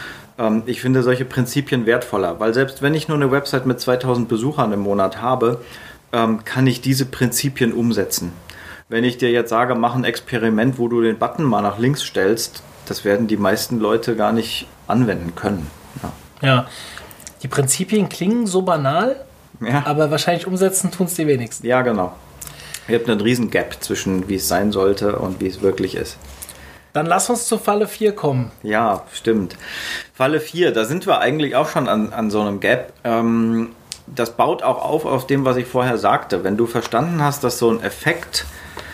Ich finde solche Prinzipien wertvoller, weil selbst wenn ich nur eine Website mit zweitausend Besuchern im Monat habe, kann ich diese Prinzipien umsetzen. Wenn ich dir jetzt sage, mach ein Experiment, wo du den Button mal nach links stellst, das werden die meisten Leute gar nicht anwenden können. Ja, ja. Die Prinzipien klingen so banal, ja. aber wahrscheinlich umsetzen tun es die wenigsten. Ja, genau. Ihr habt einen riesen Gap zwischen wie es sein sollte und wie es wirklich ist. Dann lass uns zu Falle vier kommen. Ja, stimmt. Falle vier, da sind wir eigentlich auch schon an, an so einem Gap. Ähm, das baut auch auf auf dem, was ich vorher sagte. Wenn du verstanden hast, dass so ein Effekt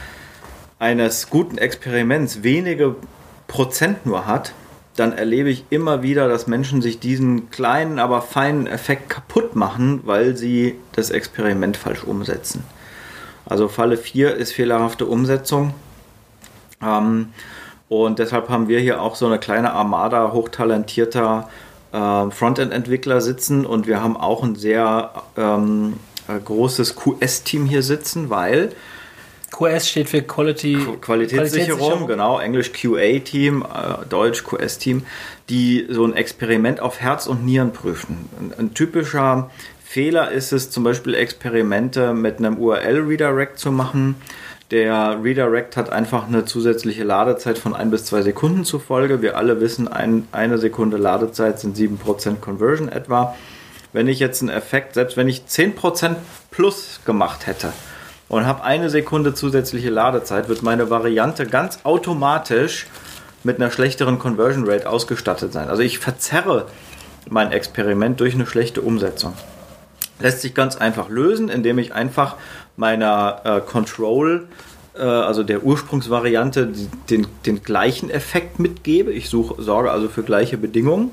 eines guten Experiments wenige Prozent nur hat, dann erlebe ich immer wieder, dass Menschen sich diesen kleinen, aber feinen Effekt kaputt machen, weil sie das Experiment falsch umsetzen. Also Falle vier ist fehlerhafte Umsetzung. Ähm, Und deshalb haben wir hier auch so eine kleine Armada hochtalentierter äh, Frontend-Entwickler sitzen, und wir haben auch ein sehr ähm, äh, großes Q S-Team hier sitzen, weil Q S steht für Quality Qualitätssicherung, Qualitätssicherung. Genau, Englisch Q A-Team, äh, Deutsch Q S-Team, die so ein Experiment auf Herz und Nieren prüfen. Ein, ein typischer Fehler ist es, zum Beispiel Experimente mit einem U R L-Redirect zu machen. Der Redirect hat einfach eine zusätzliche Ladezeit von ein bis zwei Sekunden zur Folge. Wir alle wissen, ein, eine Sekunde Ladezeit sind sieben Prozent Conversion etwa. Wenn ich jetzt einen Effekt, selbst wenn ich zehn Prozent plus gemacht hätte und habe eine Sekunde zusätzliche Ladezeit, wird meine Variante ganz automatisch mit einer schlechteren Conversion Rate ausgestattet sein. Also ich verzerre mein Experiment durch eine schlechte Umsetzung. Lässt sich ganz einfach lösen, indem ich einfach meiner äh, Control äh, also der Ursprungsvariante, die, den, den gleichen Effekt mitgebe. Ich suche, sorge also für gleiche Bedingungen.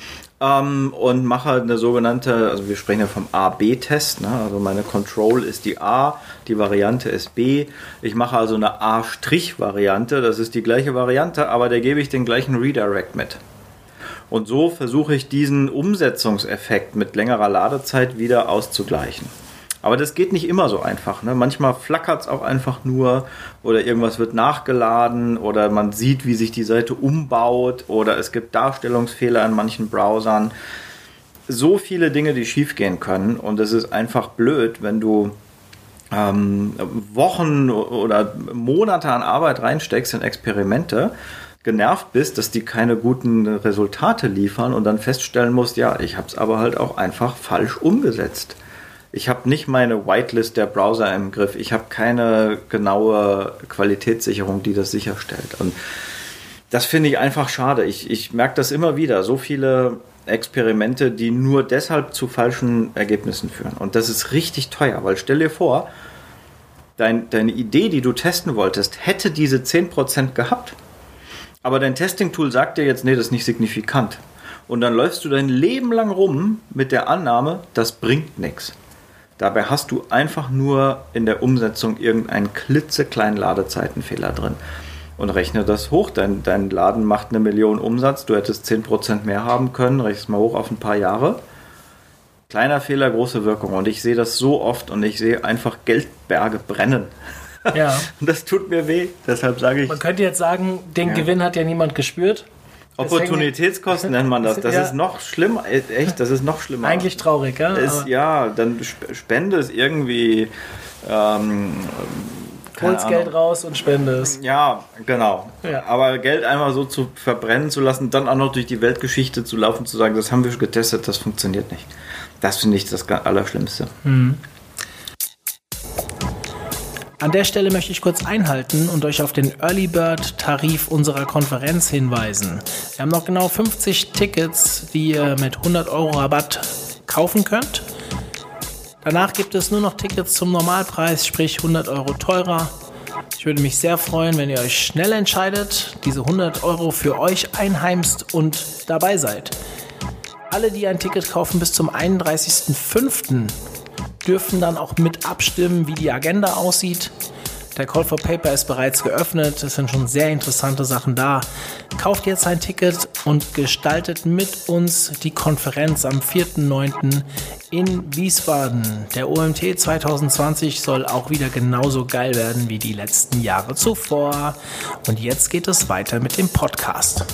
Ähm, und mache eine sogenannte, also wir sprechen ja vom A B Test, ne? Also meine Control ist die A, die Variante ist B. Ich mache also eine A-Variante, das ist die gleiche Variante, aber der gebe ich den gleichen Redirect mit. Und so versuche ich diesen Umsetzungseffekt mit längerer Ladezeit wieder auszugleichen. Aber das geht nicht immer so einfach. Ne? Manchmal flackert es auch einfach nur oder irgendwas wird nachgeladen oder man sieht, wie sich die Seite umbaut oder es gibt Darstellungsfehler in manchen Browsern. So viele Dinge, die schief gehen können und es ist einfach blöd, wenn du ähm, Wochen oder Monate an Arbeit reinsteckst in Experimente, genervt bist, dass die keine guten Resultate liefern und dann feststellen musst, ja, ich habe es aber halt auch einfach falsch umgesetzt. Ich habe nicht meine Whitelist der Browser im Griff. Ich habe keine genaue Qualitätssicherung, die das sicherstellt. Und das finde ich einfach schade. Ich, ich merke das immer wieder. So viele Experimente, die nur deshalb zu falschen Ergebnissen führen. Und das ist richtig teuer, weil stell dir vor, dein, deine Idee, die du testen wolltest, hätte diese zehn Prozent gehabt. Aber dein Testing-Tool sagt dir jetzt, nee, das ist nicht signifikant. Und dann läufst du dein Leben lang rum mit der Annahme, das bringt nichts. Dabei hast du einfach nur in der Umsetzung irgendeinen klitzekleinen Ladezeitenfehler drin. Und rechne das hoch. Dein, dein Laden macht eine Million Umsatz. Du hättest zehn Prozent mehr haben können. Rechne es mal hoch auf ein paar Jahre. Kleiner Fehler, große Wirkung. Und ich sehe das so oft und ich sehe einfach Geldberge brennen. Ja. Und das tut mir weh. Deshalb sage ich... Man könnte jetzt sagen, den ja. Gewinn hat ja niemand gespürt. Opportunitätskosten nennt man das. Das ja. ist noch schlimmer. Echt, das ist noch schlimmer. Eigentlich traurig, ja? Ist, ja, dann spende es irgendwie. Ähm, Holst Geld raus und spende es. Ja, genau. Ja. Aber Geld einmal so zu verbrennen zu lassen, dann auch noch durch die Weltgeschichte zu laufen, zu sagen, das haben wir schon getestet, das funktioniert nicht. Das finde ich das Allerschlimmste. Mhm. An der Stelle möchte ich kurz einhalten und euch auf den Early Bird Tarif unserer Konferenz hinweisen. Wir haben noch genau fünfzig Tickets, die ihr mit hundert Euro Rabatt kaufen könnt. Danach gibt es nur noch Tickets zum Normalpreis, sprich hundert Euro teurer. Ich würde mich sehr freuen, wenn ihr euch schnell entscheidet, diese hundert Euro für euch einheimst und dabei seid. Alle, die ein Ticket kaufen bis zum einunddreißigsten fünften dürfen dann auch mit abstimmen, wie die Agenda aussieht. Der Call for Paper ist bereits geöffnet. Es sind schon sehr interessante Sachen da. Kauft jetzt ein Ticket und gestaltet mit uns die Konferenz am vierten neunten in Wiesbaden. Der O M T zwanzig zwanzig soll auch wieder genauso geil werden wie die letzten Jahre zuvor. Und jetzt geht es weiter mit dem Podcast.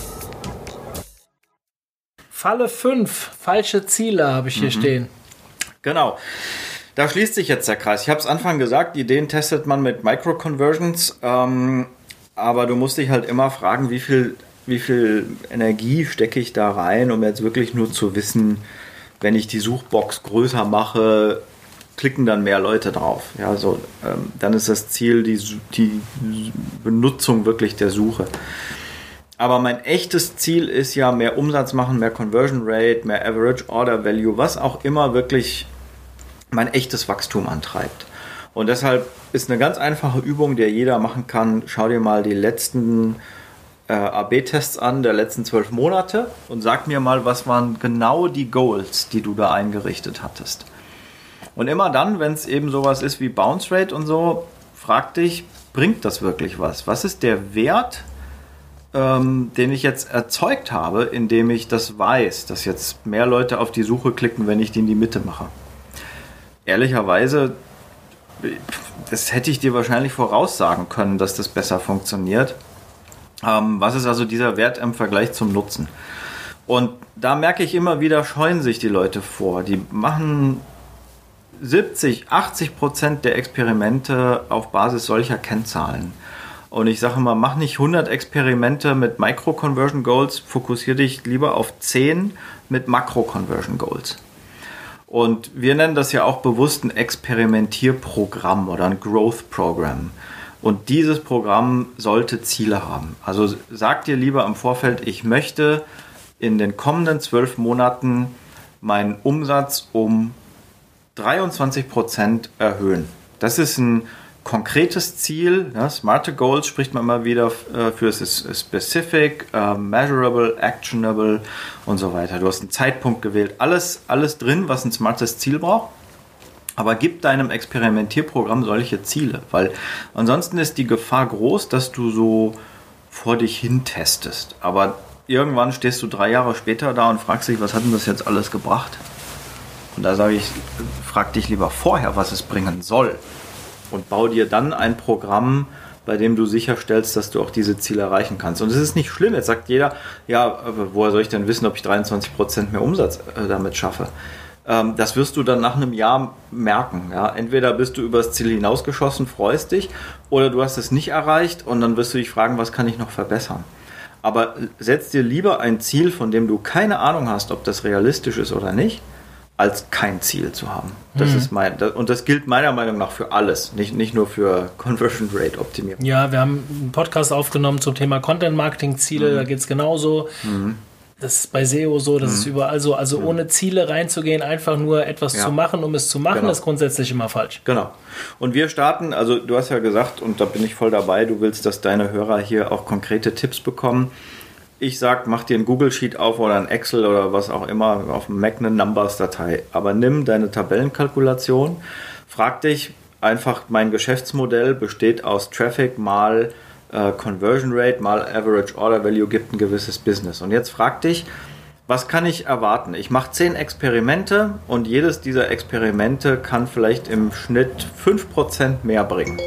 Falle fünf, falsche Ziele habe ich hier mhm. stehen. Genau. Da schließt sich jetzt der Kreis. Ich habe es Anfang gesagt, Ideen testet man mit Micro-Conversions, ähm, aber du musst dich halt immer fragen, wie viel, wie viel Energie stecke ich da rein, um jetzt wirklich nur zu wissen, wenn ich die Suchbox größer mache, klicken dann mehr Leute drauf. Ja, so, ähm, dann ist das Ziel die, die Benutzung wirklich der Suche. Aber mein echtes Ziel ist ja mehr Umsatz machen, mehr Conversion Rate, mehr Average Order Value, was auch immer wirklich mein echtes Wachstum antreibt. Und deshalb ist eine ganz einfache Übung, die jeder machen kann. Schau dir mal die letzten äh, A B Tests an, der letzten zwölf Monate und sag mir mal, was waren genau die Goals, die du da eingerichtet hattest. Und immer dann, wenn es eben sowas ist wie Bounce Rate und so, frag dich, bringt das wirklich was? Was ist der Wert, ähm, den ich jetzt erzeugt habe, indem ich das weiß, dass jetzt mehr Leute auf die Suche klicken, wenn ich die in die Mitte mache? Ehrlicherweise, das hätte ich dir wahrscheinlich voraussagen können, dass das besser funktioniert. Ähm, was ist also dieser Wert im Vergleich zum Nutzen? Und da merke ich immer wieder, scheuen sich die Leute vor. Die machen siebzig, achtzig Prozent der Experimente auf Basis solcher Kennzahlen. Und ich sage immer, mach nicht hundert Experimente mit Micro-Conversion Goals, fokussiere dich lieber auf zehn mit Makro-Conversion Goals. Und wir nennen das ja auch bewusst ein Experimentierprogramm oder ein Growth Program. Und dieses Programm sollte Ziele haben. Also sag dir lieber im Vorfeld, ich möchte in den kommenden zwölf Monaten meinen Umsatz um dreiundzwanzig Prozent erhöhen. Das ist ein konkretes Ziel, ja, smarte Goals spricht man immer wieder äh, für, es ist specific, äh, measurable, actionable und so weiter. Du hast einen Zeitpunkt gewählt, alles, alles drin, was ein smartes Ziel braucht. Aber gib deinem Experimentierprogramm solche Ziele, weil ansonsten ist die Gefahr groß, dass du so vor dich hin testest. Aber irgendwann stehst du drei Jahre später da und fragst dich, was hat denn das jetzt alles gebracht? Und da sage ich, frag dich lieber vorher, was es bringen soll. Und bau dir dann ein Programm, bei dem du sicherstellst, dass du auch diese Ziele erreichen kannst. Und es ist nicht schlimm. Jetzt sagt jeder, ja, aber woher soll ich denn wissen, ob ich dreiundzwanzig Prozent mehr Umsatz äh, damit schaffe? Ähm, das wirst du dann nach einem Jahr merken. Ja? Entweder bist du übers Ziel hinausgeschossen, freust dich, oder du hast es nicht erreicht und dann wirst du dich fragen, was kann ich noch verbessern? Aber setz dir lieber ein Ziel, von dem du keine Ahnung hast, ob das realistisch ist oder nicht, als kein Ziel zu haben. Das mhm. ist mein, das, und das gilt meiner Meinung nach für alles, nicht, nicht nur für Conversion Rate Optimierung. Ja, wir haben einen Podcast aufgenommen zum Thema Content Marketing Ziele, mhm. da geht es genauso. Mhm. Das ist bei S E O so, das mhm. ist überall so. Also mhm. ohne Ziele reinzugehen, einfach nur etwas ja. zu machen, um es zu machen, genau. ist grundsätzlich immer falsch. Genau. Und wir starten, also du hast ja gesagt, und da bin ich voll dabei, du willst, dass deine Hörer hier auch konkrete Tipps bekommen. Ich sag, mach dir ein Google Sheet auf oder ein Excel oder was auch immer, auf dem Mac eine Numbers-Datei. Aber nimm deine Tabellenkalkulation, frag dich einfach, mein Geschäftsmodell besteht aus Traffic mal äh, Conversion Rate mal Average Order Value, gibt ein gewisses Business. Und jetzt frag dich, was kann ich erwarten? Ich mache zehn Experimente und jedes dieser Experimente kann vielleicht im Schnitt fünf Prozent mehr bringen.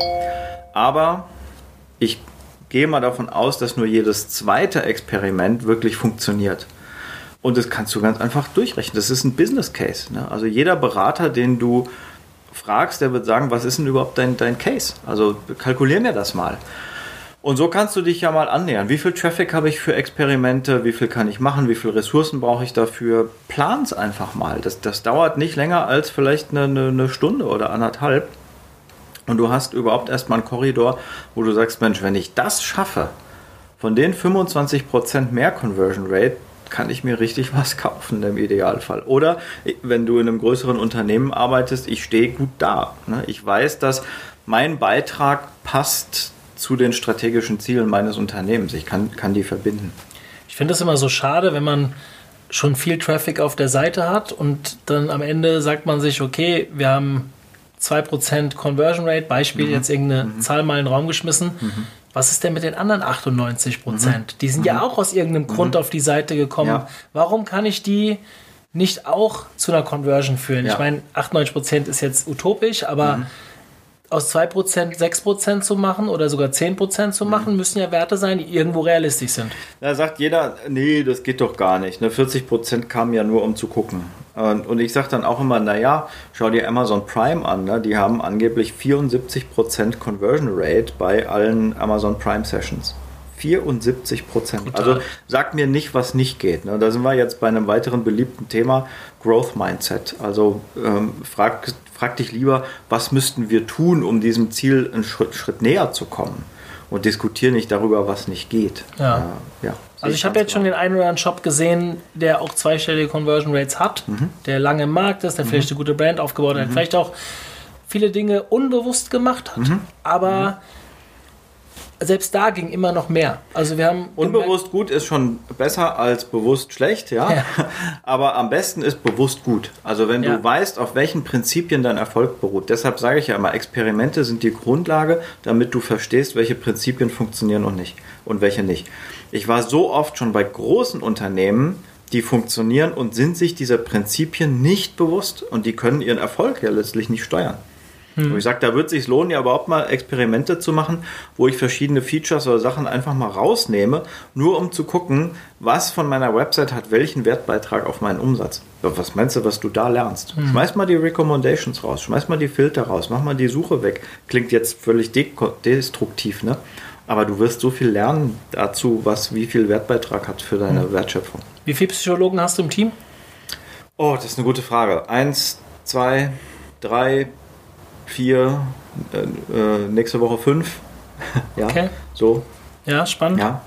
Aber ich gehe mal davon aus, dass nur jedes zweite Experiment wirklich funktioniert. Und das kannst du ganz einfach durchrechnen. Das ist ein Business Case. Ne? Also jeder Berater, den du fragst, der wird sagen, was ist denn überhaupt dein, dein Case? Also kalkulier mir das mal. Und so kannst du dich ja mal annähern. Wie viel Traffic habe ich für Experimente? Wie viel kann ich machen? Wie viele Ressourcen brauche ich dafür? Plan's einfach mal. Das, das dauert nicht länger als vielleicht eine, eine, eine Stunde oder anderthalb. Und du hast überhaupt erstmal einen Korridor, wo du sagst, Mensch, wenn ich das schaffe, von den fünfundzwanzig Prozent mehr Conversion Rate, kann ich mir richtig was kaufen im Idealfall. Oder wenn du in einem größeren Unternehmen arbeitest, ich stehe gut da. Ich weiß, dass mein Beitrag passt zu den strategischen Zielen meines Unternehmens. Ich kann, kann die verbinden. Ich finde es immer so schade, wenn man schon viel Traffic auf der Seite hat und dann am Ende sagt man sich, okay, wir haben zwei Prozent Conversion Rate, Beispiel, mhm. jetzt irgendeine mhm. Zahl mal in den Raum geschmissen. Mhm. Was ist denn mit den anderen achtundneunzig Prozent? Mhm. Die sind mhm. ja auch aus irgendeinem mhm. Grund auf die Seite gekommen. Ja. Warum kann ich die nicht auch zu einer Conversion führen? Ja. Ich meine, achtundneunzig Prozent ist jetzt utopisch, aber mhm. aus zwei Prozent sechs Prozent zu machen oder sogar zehn Prozent zu machen, mhm. müssen ja Werte sein, die irgendwo realistisch sind. Da sagt jeder, nee, das geht doch gar nicht. Ne? vierzig Prozent kamen ja nur, um zu gucken. Und, und ich sage dann auch immer, naja, schau dir Amazon Prime an. Ne? Die haben angeblich vierundsiebzig Prozent Conversion Rate bei allen Amazon Prime Sessions. vierundsiebzig Prozent. Also sag mir nicht, was nicht geht. Ne? Da sind wir jetzt bei einem weiteren beliebten Thema, Growth Mindset. Also ähm, frag, frag dich lieber, was müssten wir tun, um diesem Ziel einen Schritt, Schritt näher zu kommen? Und diskutiere nicht darüber, was nicht geht. Ja. Äh, ja, also ich habe jetzt schon den einen oder anderen Shop gesehen, der auch zweistellige Conversion Rates hat, mhm. der lange im Markt ist, der mhm. vielleicht eine gute Brand aufgebaut hat, mhm. vielleicht auch viele Dinge unbewusst gemacht hat, mhm. aber mhm. selbst da ging immer noch mehr. Also wir haben unbewusst gut ist schon besser als bewusst schlecht, ja. ja. Aber am besten ist bewusst gut. Also wenn ja. du weißt, auf welchen Prinzipien dein Erfolg beruht. Deshalb sage ich ja immer, Experimente sind die Grundlage, damit du verstehst, welche Prinzipien funktionieren und nicht und welche nicht. Ich war so oft schon bei großen Unternehmen, die funktionieren und sind sich dieser Prinzipien nicht bewusst und die können ihren Erfolg ja letztlich nicht steuern. Hm. Und ich sage, da wird es sich lohnen, ja überhaupt mal Experimente zu machen, wo ich verschiedene Features oder Sachen einfach mal rausnehme, nur um zu gucken, was von meiner Website hat welchen Wertbeitrag auf meinen Umsatz. Was meinst du, was du da lernst? Hm. Schmeiß mal die Recommendations raus, schmeiß mal die Filter raus, mach mal die Suche weg. Klingt jetzt völlig de- destruktiv, ne? Aber du wirst so viel lernen dazu, was wie viel Wertbeitrag hat für deine hm. Wertschöpfung. Wie viele Psychologen hast du im Team? Oh, das ist eine gute Frage. Eins, zwei, drei, vier, äh, äh, nächste Woche fünf. ja, okay. So. Ja, spannend. Ja,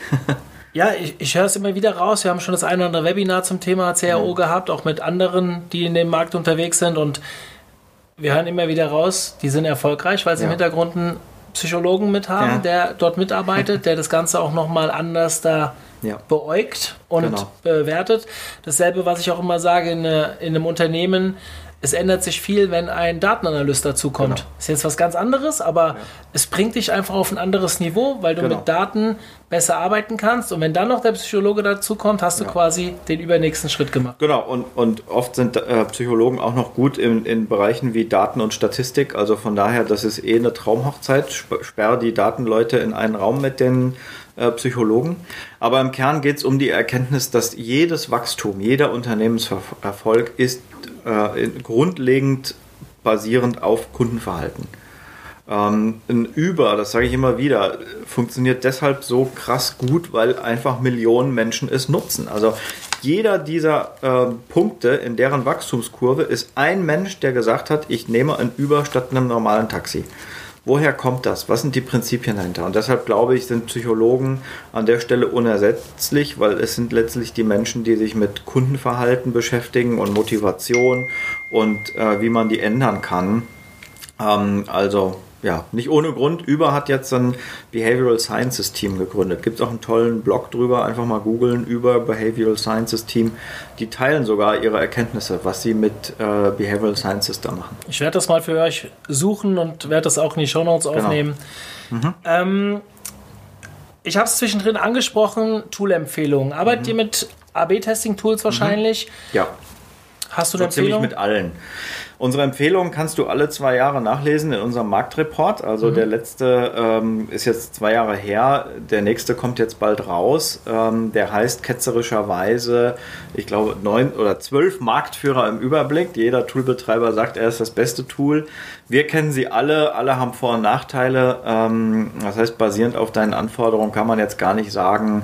ja ich, ich höre es immer wieder raus. Wir haben schon das eine oder andere Webinar zum Thema C R O mhm. gehabt, auch mit anderen, die in dem Markt unterwegs sind. Und wir hören immer wieder raus, die sind erfolgreich, weil sie Ja. im Hintergrund einen Psychologen mit haben, Ja. der dort mitarbeitet, der das Ganze auch nochmal anders da Ja. beäugt und Genau. bewertet. Dasselbe, was ich auch immer sage, in, eine, in einem Unternehmen, es ändert sich viel, wenn ein Datenanalyst dazukommt. Genau. Ist jetzt was ganz anderes, aber es bringt dich einfach auf ein anderes Niveau, weil du Genau. mit Daten besser arbeiten kannst. Und wenn dann noch der Psychologe dazukommt, hast du Ja. quasi den übernächsten Schritt gemacht. Genau, und, und oft sind äh, Psychologen auch noch gut in, in Bereichen wie Daten und Statistik. Also von daher, das ist eh eine Traumhochzeit. Sp- Sperr die Datenleute in einen Raum mit den äh, Psychologen. Aber im Kern geht es um die Erkenntnis, dass jedes Wachstum, jeder Unternehmenserfolg ist äh, in, grundlegend basierend auf Kundenverhalten. Ähm, ein Uber, das sage ich immer wieder, funktioniert deshalb so krass gut, weil einfach Millionen Menschen es nutzen. Also jeder dieser äh, Punkte in deren Wachstumskurve ist ein Mensch, der gesagt hat, ich nehme ein Uber statt einem normalen Taxi. Woher kommt das? Was sind die Prinzipien dahinter? Und deshalb glaube ich, sind Psychologen an der Stelle unersetzlich, weil es sind letztlich die Menschen, die sich mit Kundenverhalten beschäftigen und Motivation und äh, wie man die ändern kann. Ähm, also ja, nicht ohne Grund. Uber hat jetzt ein Behavioral Sciences Team gegründet. Gibt es auch einen tollen Blog drüber, einfach mal googeln, Uber Behavioral Sciences Team. Die teilen sogar ihre Erkenntnisse, was sie mit äh, Behavioral Sciences da machen. Ich werde das mal für euch suchen und werde das auch in die Shownotes aufnehmen. Mhm. Ähm, ich habe es zwischendrin angesprochen, Tool-Empfehlungen. Arbeitet mhm. ihr mit A B Testing-Tools wahrscheinlich? Mhm. Ja. Hast du eine so Empfehlung? Ziemlich mit allen. Unsere Empfehlungen kannst du alle zwei Jahre nachlesen in unserem Marktreport. Also mhm. der letzte ähm, ist jetzt zwei Jahre her. Der nächste kommt jetzt bald raus. Ähm, der heißt ketzerischerweise, ich glaube, neun oder zwölf Marktführer im Überblick. Jeder Toolbetreiber sagt, er ist das beste Tool. Wir kennen sie alle. Alle haben Vor- und Nachteile. Ähm, das heißt, basierend auf deinen Anforderungen kann man jetzt gar nicht sagen,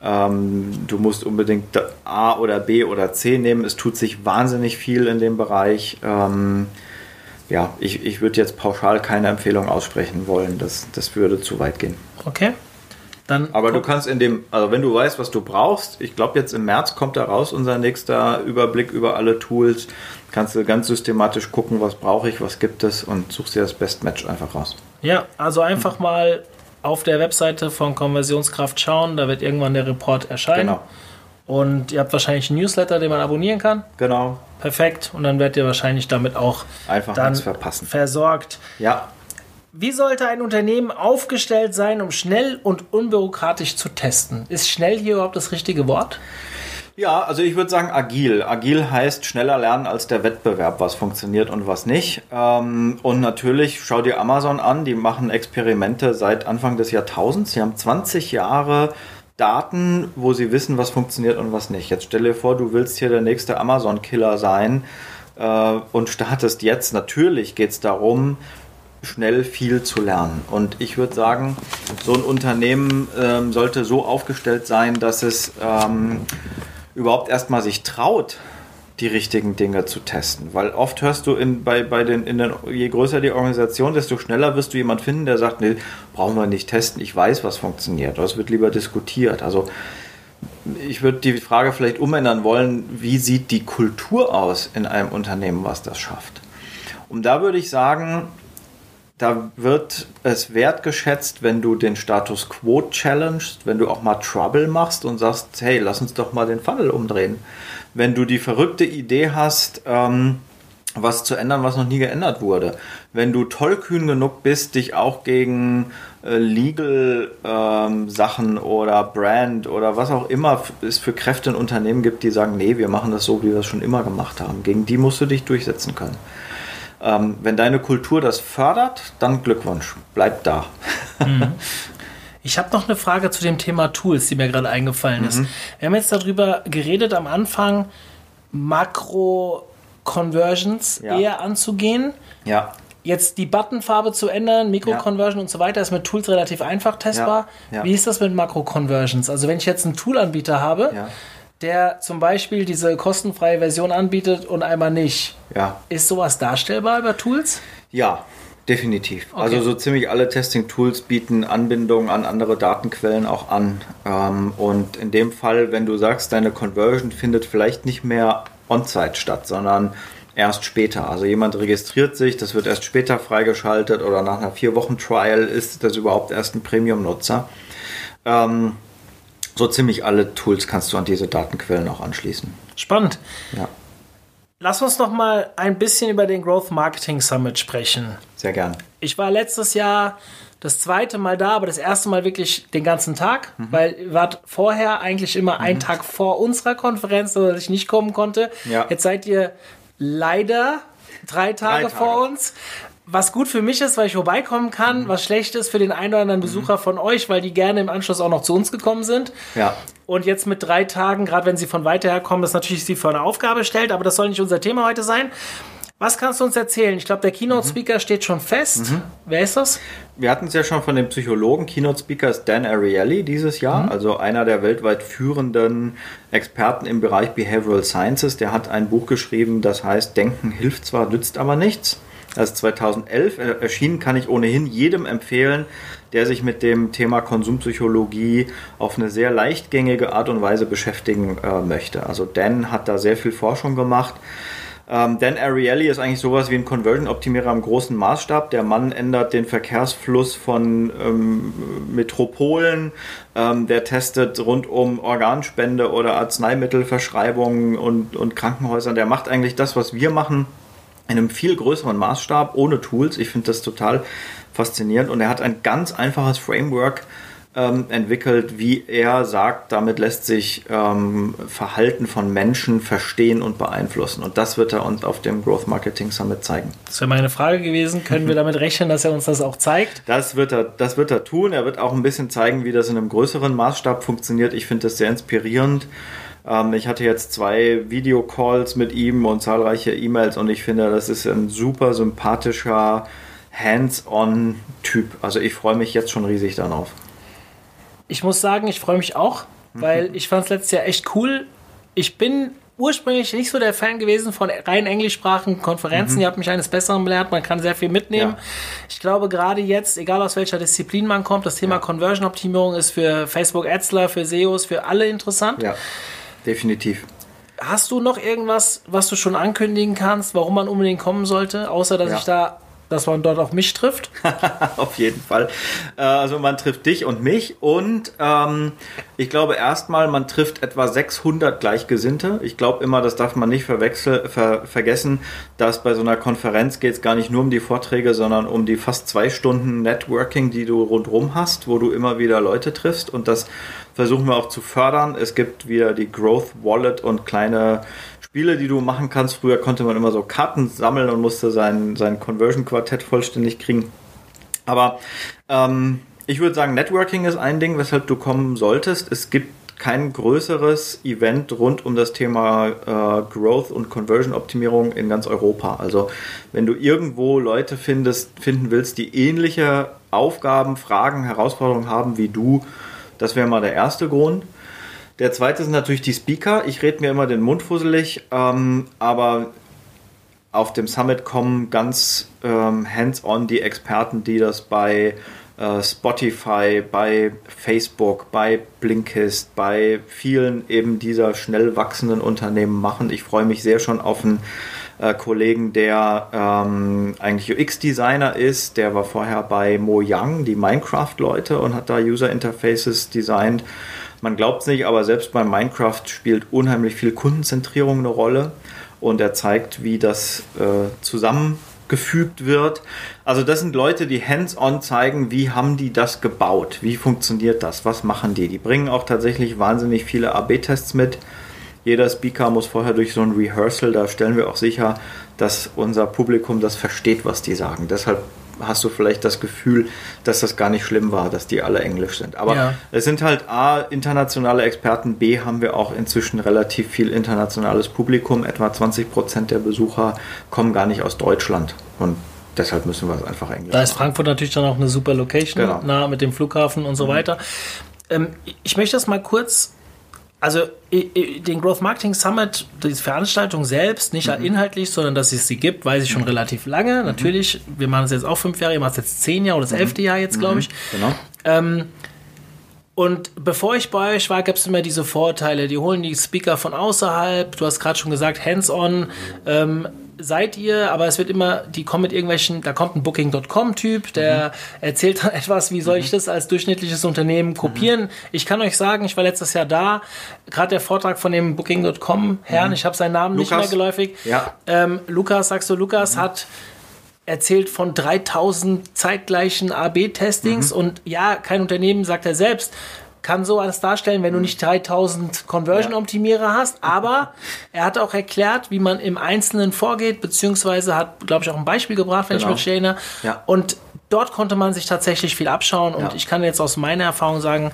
du musst unbedingt A oder B oder C nehmen. Es tut sich wahnsinnig viel in dem Bereich. Ähm, ja, ich, ich würde jetzt pauschal keine Empfehlung aussprechen wollen. Das, das würde zu weit gehen. Okay. Dann Aber du kannst in dem, also wenn du weißt, was du brauchst, ich glaube jetzt im März kommt da raus unser nächster Überblick über alle Tools, kannst du ganz systematisch gucken, was brauche ich, was gibt es und suchst dir das Best Match einfach raus. Ja, also einfach mhm. mal auf der Webseite von Konversionskraft schauen, da wird irgendwann der Report erscheinen. Genau. Und ihr habt wahrscheinlich einen Newsletter, den man abonnieren kann. Genau. Perfekt. Und dann werdet ihr wahrscheinlich damit auch einfach dann nichts verpassen. Versorgt. Ja. Wie sollte ein Unternehmen aufgestellt sein, um schnell und unbürokratisch zu testen? Ist schnell hier überhaupt das richtige Wort? Ja, also ich würde sagen agil. Agil heißt schneller lernen als der Wettbewerb, was funktioniert und was nicht. Und natürlich, schau dir Amazon an, die machen Experimente seit Anfang des Jahrtausends. Sie haben zwanzig Jahre Daten, wo sie wissen, was funktioniert und was nicht. Jetzt stell dir vor, du willst hier der nächste Amazon-Killer sein und startest jetzt. Natürlich geht es darum, schnell viel zu lernen. Und ich würde sagen, so ein Unternehmen ähm, sollte so aufgestellt sein, dass es ähm, überhaupt erstmal sich traut, die richtigen Dinge zu testen. Weil oft hörst du, in, bei, bei den, in den, je größer die Organisation, desto schneller wirst du jemanden finden, der sagt, nee, brauchen wir nicht testen, ich weiß, was funktioniert. Das wird lieber diskutiert. Also ich würde die Frage vielleicht umändern wollen, wie sieht die Kultur aus in einem Unternehmen, was das schafft? Und da würde ich sagen, da wird es wertgeschätzt, wenn du den Status Quo challengest, wenn du auch mal Trouble machst und sagst, hey, lass uns doch mal den Funnel umdrehen. Wenn du die verrückte Idee hast, ähm, was zu ändern, was noch nie geändert wurde. Wenn du tollkühn genug bist, dich auch gegen äh, Legal-Sachen ähm, oder Brand oder was auch immer es für Kräfte in Unternehmen gibt, die sagen, nee, wir machen das so, wie wir es schon immer gemacht haben. Gegen die musst du dich durchsetzen können. Ähm, wenn deine Kultur das fördert, dann Glückwunsch, bleib da. Mhm. Ich habe noch eine Frage zu dem Thema Tools, die mir gerade eingefallen ist. Mhm. Wir haben jetzt darüber geredet am Anfang, Makro-Conversions ja. eher anzugehen. Ja. Jetzt die Buttonfarbe zu ändern, Mikro-Conversion ja. und so weiter, ist mit Tools relativ einfach testbar. Ja. Ja. Wie ist das mit Makro-Conversions? Also wenn ich jetzt einen Toolanbieter habe, ja. der zum Beispiel diese kostenfreie Version anbietet und einmal nicht. Ja. Ist sowas darstellbar über Tools? Ja, definitiv. Okay. Also so ziemlich alle Testing-Tools bieten Anbindungen an andere Datenquellen auch an. Und in dem Fall, wenn du sagst, deine Conversion findet vielleicht nicht mehr on-site statt, sondern erst später. Also jemand registriert sich, das wird erst später freigeschaltet oder nach einer vier Wochen Trial ist das überhaupt erst ein Premium-Nutzer. Ähm, so ziemlich alle Tools kannst du an diese Datenquellen auch anschließen. Spannend. Ja. Lass uns noch mal ein bisschen über den Growth Marketing Summit sprechen. Sehr gern. Ich war letztes Jahr das zweite Mal da, aber das erste Mal wirklich den ganzen Tag, mhm. weil ihr wart vorher eigentlich immer mhm. einen Tag vor unserer Konferenz, dass ich nicht kommen konnte. Ja. Jetzt seid ihr leider drei Tage, drei Tage vor uns. Was gut für mich ist, weil ich vorbeikommen kann, mhm. was schlecht ist für den einen oder anderen Besucher mhm. von euch, weil die gerne im Anschluss auch noch zu uns gekommen sind. Ja. Und jetzt mit drei Tagen, gerade wenn sie von weiter her kommen, das natürlich sie vor eine Aufgabe stellt, aber das soll nicht unser Thema heute sein. Was kannst du uns erzählen? Ich glaube, der Keynote-Speaker mhm. steht schon fest. Mhm. Wer ist das? Wir hatten es ja schon von dem Psychologen. Keynote-Speaker ist Dan Ariely dieses Jahr, mhm. also einer der weltweit führenden Experten im Bereich Behavioral Sciences. Der hat ein Buch geschrieben, das heißt Denken hilft zwar, nützt aber nichts. Das ist zweitausendelf erschienen, kann ich ohnehin jedem empfehlen, der sich mit dem Thema Konsumpsychologie auf eine sehr leichtgängige Art und Weise beschäftigen äh, möchte. Also Dan hat da sehr viel Forschung gemacht. Ähm, Dan Ariely ist eigentlich sowas wie ein Conversion-Optimierer im großen Maßstab. Der Mann ändert den Verkehrsfluss von ähm, Metropolen. Ähm, der testet rund um Organspende oder Arzneimittelverschreibungen und, und Krankenhäusern. Der macht eigentlich das, was wir machen, in einem viel größeren Maßstab, ohne Tools. Ich finde das total faszinierend. Und er hat ein ganz einfaches Framework ähm, entwickelt, wie er sagt, damit lässt sich ähm, Verhalten von Menschen verstehen und beeinflussen. Und das wird er uns auf dem Growth Marketing Summit zeigen. Das wäre meine Frage gewesen. Können wir damit rechnen, dass er uns das auch zeigt? Das wird er, das wird er tun. Er wird auch ein bisschen zeigen, wie das in einem größeren Maßstab funktioniert. Ich finde das sehr inspirierend. Ich hatte jetzt zwei Videocalls mit ihm und zahlreiche E-Mails und ich finde, das ist ein super sympathischer Hands-on-Typ. Also ich freue mich jetzt schon riesig darauf. Ich muss sagen, ich freue mich auch, weil ich fand es letztes Jahr echt cool. Ich bin ursprünglich nicht so der Fan gewesen von rein englischsprachigen Konferenzen. Mhm. Ihr habt mich eines Besseren belehrt, man kann sehr viel mitnehmen. Ja. Ich glaube, gerade jetzt, egal aus welcher Disziplin man kommt, das Thema ja. Conversion-Optimierung ist für Facebook-Adsler, für S E Os, für alle interessant. Ja. Definitiv. Hast du noch irgendwas, was du schon ankündigen kannst, warum man unbedingt kommen sollte, außer dass ja. ich da, dass man dort auch mich trifft? Auf jeden Fall. Also man trifft dich und mich und ähm, ich glaube erstmal, man trifft etwa sechshundert Gleichgesinnte. Ich glaube immer, das darf man nicht verwechsel, ver, vergessen, dass bei so einer Konferenz geht es gar nicht nur um die Vorträge, sondern um die fast zwei Stunden Networking, die du rundherum hast, wo du immer wieder Leute triffst und das versuchen wir auch zu fördern. Es gibt wieder die Growth Wallet und kleine Spiele, die du machen kannst. Früher konnte man immer so Karten sammeln und musste sein, sein Conversion-Quartett vollständig kriegen. Aber ähm, ich würde sagen, Networking ist ein Ding, weshalb du kommen solltest. Es gibt kein größeres Event rund um das Thema äh, Growth und Conversion-Optimierung in ganz Europa. Also wenn du irgendwo Leute findest, finden willst, die ähnliche Aufgaben, Fragen, Herausforderungen haben wie du, das wäre mal der erste Grund. Der zweite sind natürlich die Speaker. Ich rede mir immer den Mund fusselig, ähm, aber auf dem Summit kommen ganz ähm, hands-on die Experten, die das bei äh, Spotify, bei Facebook, bei Blinkist, bei vielen eben dieser schnell wachsenden Unternehmen machen. Ich freue mich sehr schon auf einen äh, Kollegen, der ähm, eigentlich U X-Designer ist. Der war vorher bei Mojang, die Minecraft-Leute, und hat da User-Interfaces designt. Man glaubt es nicht, aber selbst bei Minecraft spielt unheimlich viel Kundenzentrierung eine Rolle. Und er zeigt, wie das äh, zusammengefügt wird. Also das sind Leute, die hands-on zeigen, wie haben die das gebaut, wie funktioniert das, was machen die. Die bringen auch tatsächlich wahnsinnig viele A B Tests mit. Jeder Speaker muss vorher durch so ein Rehearsal, da stellen wir auch sicher, dass unser Publikum das versteht, was die sagen. Deshalb hast du vielleicht das Gefühl, dass das gar nicht schlimm war, dass die alle Englisch sind. Aber ja. Es sind halt A, internationale Experten, B, haben wir auch inzwischen relativ viel internationales Publikum. Etwa zwanzig Prozent der Besucher kommen gar nicht aus Deutschland. Und deshalb müssen wir es einfach Englisch Da ist machen. Frankfurt natürlich dann auch eine super Location, genau. nah mit dem Flughafen und so mhm. weiter. Ähm, ich möchte das mal kurz... Also den Growth Marketing Summit, die Veranstaltung selbst, nicht mhm. inhaltlich, sondern dass es sie gibt, weiß ich schon mhm. relativ lange. Mhm. Natürlich, wir machen es jetzt auch fünf Jahre, ihr macht es jetzt zehn Jahre oder das mhm. elfte Jahr jetzt, glaube ich. Genau. Ähm, und bevor ich bei euch war, gab es immer diese Vorteile. Die holen die Speaker von außerhalb. Du hast gerade schon gesagt, hands-on. Ähm, seid ihr, aber es wird immer, die kommen mit irgendwelchen, da kommt ein Booking Punkt com-Typ, der mhm. erzählt dann etwas, wie soll ich das als durchschnittliches Unternehmen kopieren. Mhm. Ich kann euch sagen, ich war letztes Jahr da, gerade der Vortrag von dem Booking Punkt com-Herrn, mhm. ich habe seinen Namen Lukas. nicht mehr geläufig. Ja. Ähm, Lukas, sagst du, Lukas mhm. hat erzählt von dreitausend zeitgleichen A B Testings mhm. und ja, kein Unternehmen, sagt er selbst, kann so alles darstellen, wenn du nicht dreitausend Conversion-Optimierer ja. hast, aber er hat auch erklärt, wie man im Einzelnen vorgeht, beziehungsweise hat, glaube ich, auch ein Beispiel gebracht, wenn genau. ich mich erinnere. Ja. Und dort konnte man sich tatsächlich viel abschauen und ja. ich kann jetzt aus meiner Erfahrung sagen,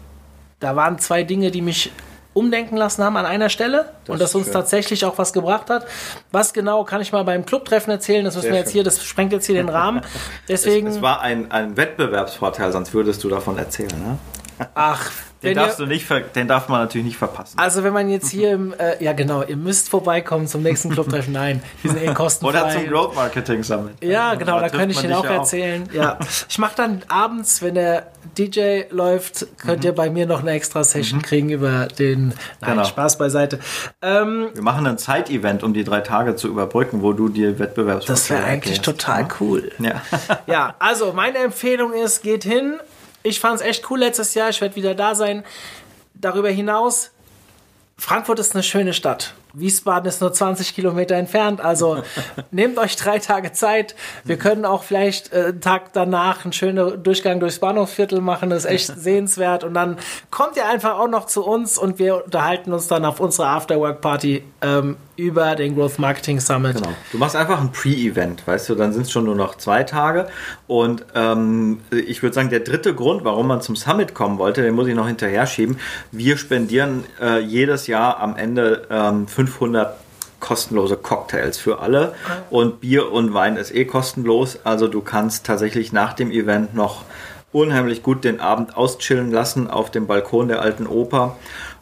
da waren zwei Dinge, die mich umdenken lassen haben an einer Stelle das und das uns schön. tatsächlich auch was gebracht hat. Was genau, kann ich mal beim Clubtreffen erzählen, das müssen Sehr wir jetzt schön. hier, das sprengt jetzt hier den Rahmen. Deswegen, es, es war ein, ein Wettbewerbsvorteil, sonst würdest du davon erzählen, ne? Ach, den, darfst ihr, du nicht, den darf man natürlich nicht verpassen. Also wenn man jetzt hier, im, äh, ja genau, ihr müsst vorbeikommen zum nächsten Clubtreffen. Nein, die sind eh kostenfrei. Oder zum Growth Marketing Summit. Ja, genau, da, da könnte ich den auch erzählen. Auch. Ja. Ich mache dann abends, wenn der D J läuft, könnt mhm. ihr bei mir noch eine extra Session mhm. kriegen über den, nein, genau. Spaß beiseite. Ähm, Wir machen ein Zeitevent, um die drei Tage zu überbrücken, wo du die Wettbewerbsvorteile Das wäre eigentlich erklärst. total ja? cool. Ja. Ja, also meine Empfehlung ist, geht hin. Ich fand es echt cool letztes Jahr. Ich werde wieder da sein. Darüber hinaus, Frankfurt ist eine schöne Stadt. Wiesbaden ist nur zwanzig Kilometer entfernt. Also nehmt euch drei Tage Zeit. Wir können auch vielleicht äh, einen Tag danach einen schönen Durchgang durchs Bahnhofsviertel machen. Das ist echt sehenswert. Und dann kommt ihr einfach auch noch zu uns und wir unterhalten uns dann auf unserer Afterwork-Party ähm, über den Growth Marketing Summit. Genau. Du machst einfach ein Pre-Event, weißt du, dann sind es schon nur noch zwei Tage. Und ähm, ich würde sagen, der dritte Grund, warum man zum Summit kommen wollte, den muss ich noch hinterher schieben. Wir spendieren äh, jedes Jahr am Ende ähm, fünfhundert kostenlose Cocktails für alle und Bier und Wein ist eh kostenlos, also du kannst tatsächlich nach dem Event noch unheimlich gut den Abend auschillen lassen auf dem Balkon der Alten Oper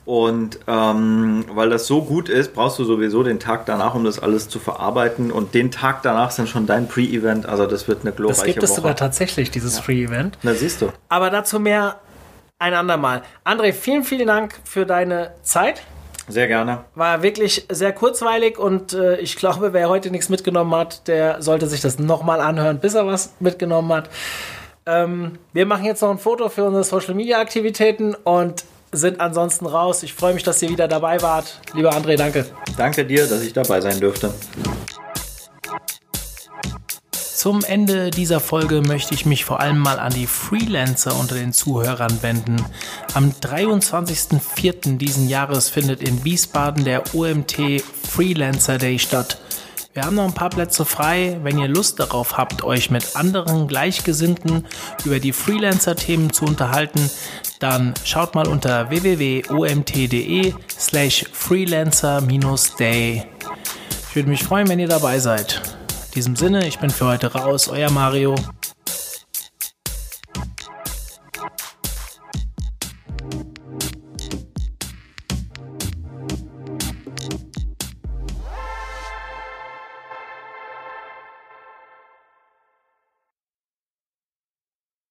und ähm, weil das so gut ist, brauchst du sowieso den Tag danach, um das alles zu verarbeiten und den Tag danach sind schon dein Pre-Event, also das wird eine glorreiche Woche. Das gibt es Woche. sogar tatsächlich, dieses ja. Pre-Event. Na siehst du. Aber dazu mehr ein andermal. André, vielen, vielen Dank für deine Zeit. Sehr gerne. War wirklich sehr kurzweilig und äh, ich glaube, wer heute nichts mitgenommen hat, der sollte sich das nochmal anhören, bis er was mitgenommen hat. Ähm, wir machen jetzt noch ein Foto für unsere Social-Media-Aktivitäten und sind ansonsten raus. Ich freue mich, dass ihr wieder dabei wart. Lieber André, danke. Danke dir, dass ich dabei sein durfte. Zum Ende dieser Folge möchte ich mich vor allem mal an die Freelancer unter den Zuhörern wenden. Am dreiundzwanzigsten vierten diesen Jahres findet in Wiesbaden der O M T Freelancer Day statt. Wir haben noch ein paar Plätze frei. Wenn ihr Lust darauf habt, euch mit anderen Gleichgesinnten über die Freelancer-Themen zu unterhalten, dann schaut mal unter w w w punkt o m t punkt d e slash freelancer day. Ich würde mich freuen, wenn ihr dabei seid. In diesem Sinne, ich bin für heute raus, euer Mario.